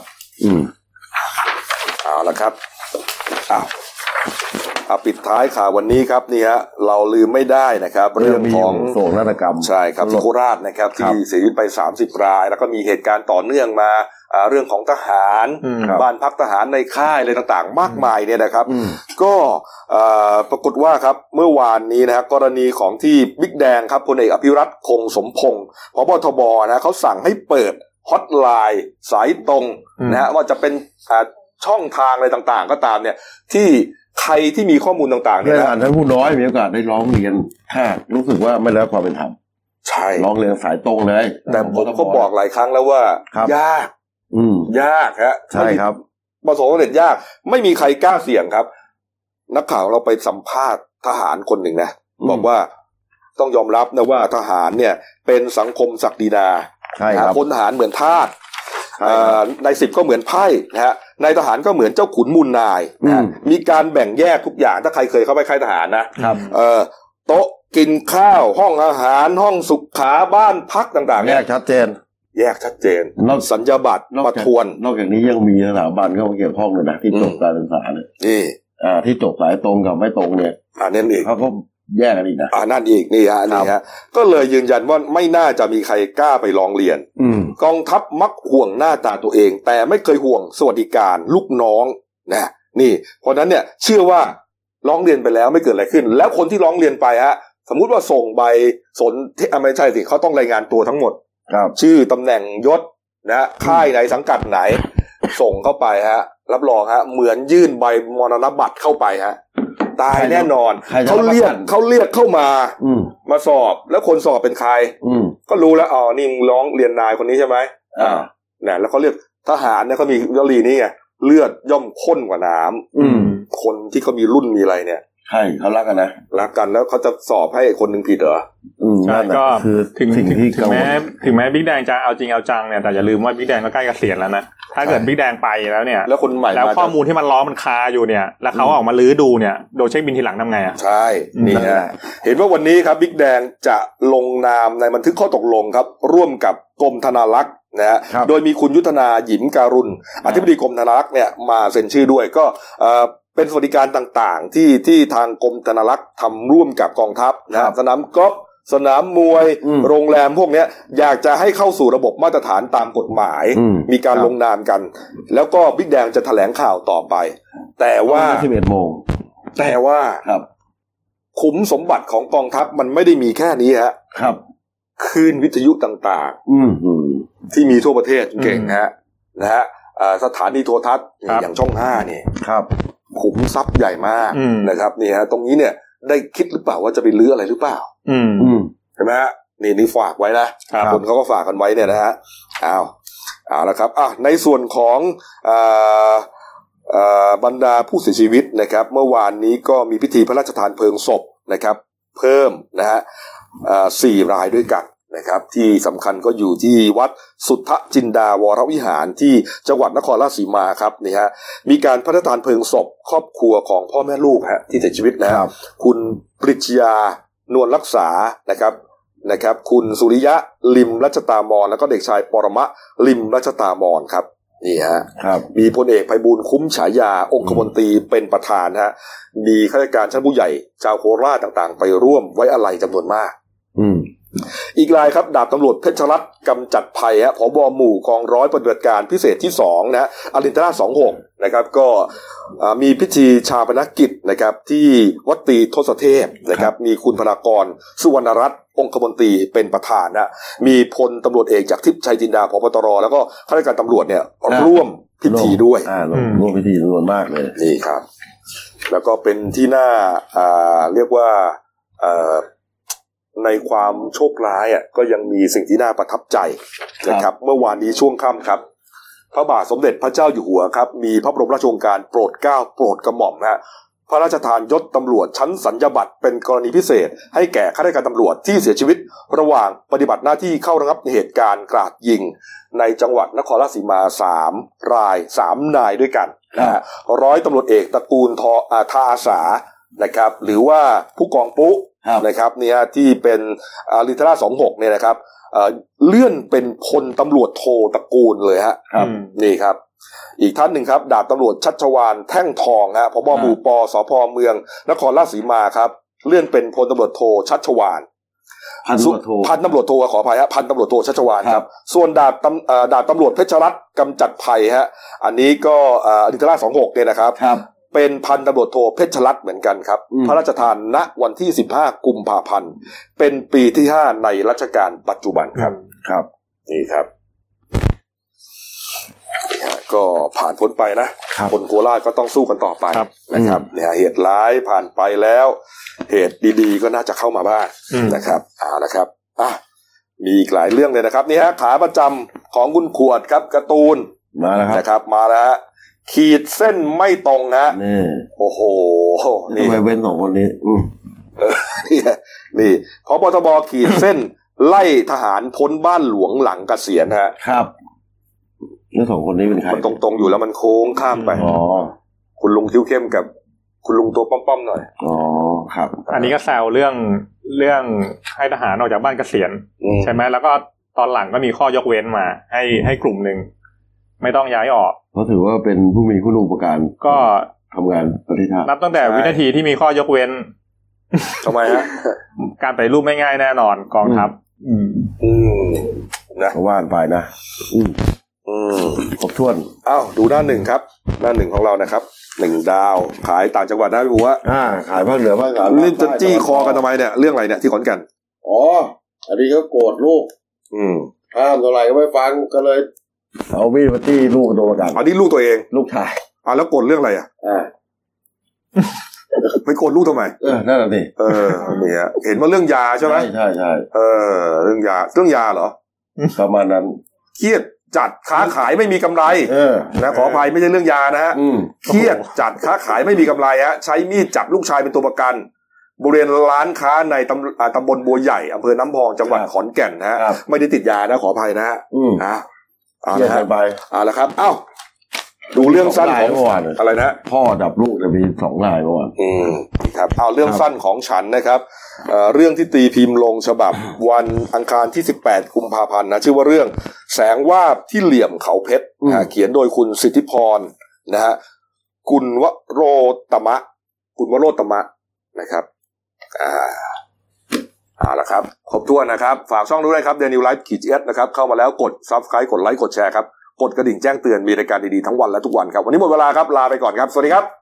เอาละครับปิดท้ายข่าววันนี้ครับนี่ฮะเราลืมไม่ได้นะครับเรื่องของโศกนาฏกรรมใช่ครับที่โคราชนะครับที่เสียชีวิตไป30 รายแล้วก็มีเหตุการณ์ต่อเนื่องมาเรื่องของทหารบ้านพักทหารในค่ายอะไรต่างๆมากมายเนี่ยนะครับก็ปรากฏว่าครับเมื่อวานนี้นะกรณีของที่บิ๊กแดงครับพลเอกอภิรัตคงสมพงศ์ผบ.ทบ.นะเขาสั่งให้เปิดฮอตไลน์สายตรงนะฮะว่าจะเป็นช่องทางอะไรต่างๆก็ตามเนี่ยที่ใครที่มีข้อมูลต่างๆเนี่ยนะท่านผู้น้อยมีโอกาสได้ร้องเรียนถ้ารู้สึกว่าไม่ได้รับความเป็นธรรมใช่ร้องเรียนสายตรงเลยแต่ผมก็บอกหลายครั้งแล้วว่ายากยากฮะใช่ครับประสบความสำเร็จยากไม่มีใครกล้าเสี่ยงครับนักข่าวเราไปสัมภาษณ์ทหารคนหนึ่งนะบอกว่าต้องยอมรับนะว่าทหารเนี่ยเป็นสังคมศักดินาคนทหารเหมือนทาสใน10ก็เหมือนไพ่นะฮะในทหารก็เหมือนเจ้าขุนมูลนายนะมีการแบ่งแยกทุกอย่างถ้าใครเคยเข้าไปค่ายทหารนะครับโต๊ะกินข้าวห้องอาหารห้องสุขาบ้านพักต่างๆแยกชัดเจนสัญญาบัตรประทวนนอกจากนี้ยังมีสถาบันเข้ามาเกี่ยวข้องเลยนะที่จบการศึกษาเนี่ยที่จบสายตรงกับไม่ตรงเนี่ยนั่นเองเขาก็แยกกันอีกนะนั่นอีกนี่ฮะก็เลยยืนยันว่าไม่น่าจะมีใครกล้าไปร้องเรียนกองทัพมักห่วงหน้าตาตัวเองแต่ไม่เคยห่วงสวัสดิการลูกน้องนะนี่เพราะนั้นเนี่ยเชื่อว่าร้องเรียนไปแล้วไม่เกิดอะไรขึ้นแล้วคนที่ร้องเรียนไปสมมุติว่าส่งใบสนไม่ใช่สิเขาต้องรายงานตัวทั้งหมดชื่อตำแหน่งยศนะค่ายไหนสังกัดไหนส่งเข้าไปรับรองเหมือนยื่นใบมรณบัตรเข้าไปตายแน่นอนเขาเรียกเข้ามาสอบแล้วคนสอบเป็นใครก็รู้แล้วนี่มึงร้องเรียนนายคนนี้ใช่ไหมเนี่ยแล้วเขาเรียกทหารเนี่ยเขามีวลีนี้ไงเลือดย่อมข้นกว่าน้ำคนที่เขามีรุ่นมีอะไรเนี่ยใช่เขารักกันนะรักกันแล้วเขาจะสอบให้คนนึงผิดเหรอใช่ก็คือถึงแม้บิ๊กแดงจะเอาจริงเอาจังเนี่ยแต่อย่าลืมว่าบิ๊กแดงก็ใกล้เกษียณแล้วนะถ้าเกิดบิ๊กแดงไปแล้วเนี่ยแล้วคนใหม่แล้วข้อมูลที่มันล้อมันคาอยู่เนี่ยแล้วเขาออกมาลื้อดูเนี่ยโดยเช็คบินทีหลังทำไงอ่ะใช่นี่ฮะเห็นว่าวันนี้ครับบิ๊กแดงจะลงนามในบันทึกข้อตกลงครับร่วมกับกรมธนารักษ์นะฮะโดยมีคุณยุทธนาหยิมการุณอธิบดีกรมธนารักษ์เนี่ยมาเซ็นชื่อด้วยก็เป็นสวัสดิการต่างๆที่ทางกรมธนารักษ์ทำร่วมกับกองทัพนะสนามกอล์ฟสนามมวยโรงแรมพวกนี้อยากจะให้เข้าสู่ระบบมาตรฐานตามกฎหมายมีการลงนามกันแล้วก็บิ๊กแดงจะแถลงข่าวต่อไปแต่ว่า 11 โมงแต่ว่าขุมสมบัติของกองทัพมันไม่ได้มีแค่นี้ฮะครับคลื่นวิทยุต่างๆที่มีทั่วประเทศเก่งนะฮะสถานีโทรทัศน์อย่างช่อง5นี่ครับขุมทรัพย์ใหญ่มากนะครับนี่ฮะตรงนี้เนี่ยได้คิดหรือเปล่าว่าจะไปลื้ออะไรหรือเปล่าใช่ไหมฮะนี่ฝากไว้นะคนเขาก็ฝากกันไว้เนี่ยนะฮะเอาละครับในส่วนของบรรดาผู้เสียชีวิตนะครับเมื่อวานนี้ก็มีพิธีพระราชทานเพลิงศพนะครับเพิ่มนะฮะ4 รายด้วยกันนะครับที่สำคัญก็อยู่ที่วัดสุทธจินดาวรวิหารที่จังหวัดนครราชสีมาครับนี่ฮะมีการพระราชทานเพลิงศพครอบครัวของพ่อแม่ลูกฮะที่เสียชีวิตนะครับคุณปริชยานวลรักษานะครับคุณสุริยะลิมรัชตามรแล้วก็เด็กชายปรมะลิมรัชตามรครับนี่ฮะมีพลเอกไพบูลย์คุ้มฉายาองคมนตรีเป็นประธานฮะมีข้าราชการชั้นผู้ใหญ่ชาวโคราชต่างๆไปร่วมไว้อาลัยจำนวนมากอีกรายครับดาบตำรวจเพชรรัตน์กำจัดภัยผบ.หมู่กองร้อยปฏิบัติการพิเศษที่2นะอรินทราช26นะครับก็มีพิธีชาปนกิจนะครับที่วัดตรีทศเทพนะครับมีคุณพนากรสุวรรณรัตน์องคมนตรีเป็นประธานนะมีพลตำรวจเอกจากทิพย์ชัยจินดาผบ.ตรแล้วก็ข้าราชการตำรวจเนี่ยร่วมพิธีด้วยร่วมพิธีจำนวนมากเลยนี่ครับแล้วก็เป็นที่น่าเรียกว่าในความโชคร้ายก็ยังมีสิ่งที่น่าประทับใจนะครับเมื่อวานนี้ช่วงค่ำครับพระบาทสมเด็จพระเจ้าอยู่หัวครับมีพระบรมราชโองการโปรดเกล้าโปรดกระหม่อมพระราชทานยศตำรวจชั้นสัญญาบัตรเป็นกรณีพิเศษให้แก่ข้าราชการตำรวจที่เสียชีวิตระหว่างปฏิบัติหน้าที่เข้าระงับเหตุการณ์กราดยิงในจังหวัดนครราชสีมา3 ราย 3 นายด้วยกันร้อยตำรวจเอกตระกูลทาอาสานะครับหรือว่าผู้กองปุ๊นะครับเนี่ยที่เป็นลิทรา26เนี่ยนะครับเลื่อนเป็นพลตำรวจโทตระกูลเลยฮะนี่ครับอีกท่านหนึ่งครับดาบตำรวจชัชวาลแท่งทองผบ.หมู่ป.สพ.เมืองนครราชสีมาครับเลื่อนเป็นพลตำรวจโทชัชวาลพันตำรวจโทขออภัยพันตำรวจโทชัชวาลครับส่วนดาบตำรวจเพชรรัตน์กำจัดภัยอันนี้ก็ลิทรา26เนี่ยนะครับเป็นพันตำรวจโทเพชรรัตน์เหมือนกันครับพระราชทานณวันที่15 กุมภาพันธ์เป็นปีที่5ในรัชกาลปัจจุบันครับนี่ครับก็ผ่านพ้นไปนะคนโคราชก็ต้องสู้กันต่อไปนะครับเนี่ยเหตุร้ายผ่านไปแล้วเหตุดีๆก็น่าจะเข้ามาบ้างนะครับนะครับมีอีกหลายเรื่องเลยนะครับนี่ฮะขาประจำของคุณขวดครับการ์ตูนมาแล้วนะครับมาแล้วขีดเส้นไม่ตรงโอ้โหนี่ไปเว้น2 คนนี้นี่พบทบขีดเส้นไล่ทหารพ้นบ้านหลวงหลังเกษียณครับนี่2 คนนี้เป็นใครมันตรงๆอยู่แล้วมันโค้งข้ามไปคุณลุงคิ้วเข้มกับคุณลุงตัวป้อมๆหน่อยครับอันนี้ก็แซวเรื่องให้ทหารออกจากบ้านเกษียณใช่ไหมแล้วก็ตอนหลังก็มีข้อยกเว้นมาให้กลุ่มนึงไม่ต้องย้ายออกเพราะถือว่าเป็นผู้มีคุณูปการก็ทำงานประเทศชาตินับตั้งแต่วินาทีที่มีข้อยกเว้นทำไมฮะการไปรูปไม่ง่ายแน่นอนกองทัพนะว่านไปนะครบถ้วนดูหน้า1ครับหน้า1ของเรานะครับ1 ดาวขายต่างจังหวัดนะพี่บัวขายภาคเหนือภาคกลางนี่จะจี้คอกันทำไมเนี่ยเรื่องอะไรเนี่ยที่ขอนแก่นอันนี้ก็โกรธลูกห้ามเท่าไหร่ก็ไม่ฟังก็เลยเอามีดมาจี้ลูกตัวประกันอันนี้ลูกตัวเองลูกชายแล้วโกรธเรื่องอะไรไม่โกรธลูกทำไมนั่นแหละสิเนี่ยเห็นว่าเรื่องยาใช่ไหมใช่เรื่องยาเหรอประมาณนั้นเครียดจัดค้าขายไม่มีกำไรนะขออภัยไม่ใช่เรื่องยานะฮะเครียดจัดค้าขายไม่มีกำไรฮะใช้มีดจับลูกชายเป็นตัวประกันบริเวณร้านค้าในตำบลบัวใหญ่อำเภอน้ำพองจังหวัดขอนแก่นนะฮะไม่ได้ติดยานะขออภัยนะฮะเอาละครับเอาละครับเอ้าดูเรื่องสั้นของอะไรนะพ่อดับลูกจะมี2 รายเมื่อวานครับเอาเรื่องสั้นของฉันนะครับเรื่องที่ตีพิมพ์ลงฉบับวันอังคารที่18กุมภาพันธ์นะชื่อว่าเรื่องแสงวาบที่เหลี่ยมเขาเพชรเขียนโดยคุณสิทธิพรนะฮะกุลวโรตมะนะครับเอาละครับครบถ้วนนะครับฝากช่องด้วยครับ Daily Life นะครับเข้ามาแล้วกด Subscribe กดไลค์กดแชร์ครับกดกระดิ่งแจ้งเตือนมีรายการดีๆทั้งวันและทุกวันครับวันนี้หมดเวลาครับลาไปก่อนครับสวัสดีครับ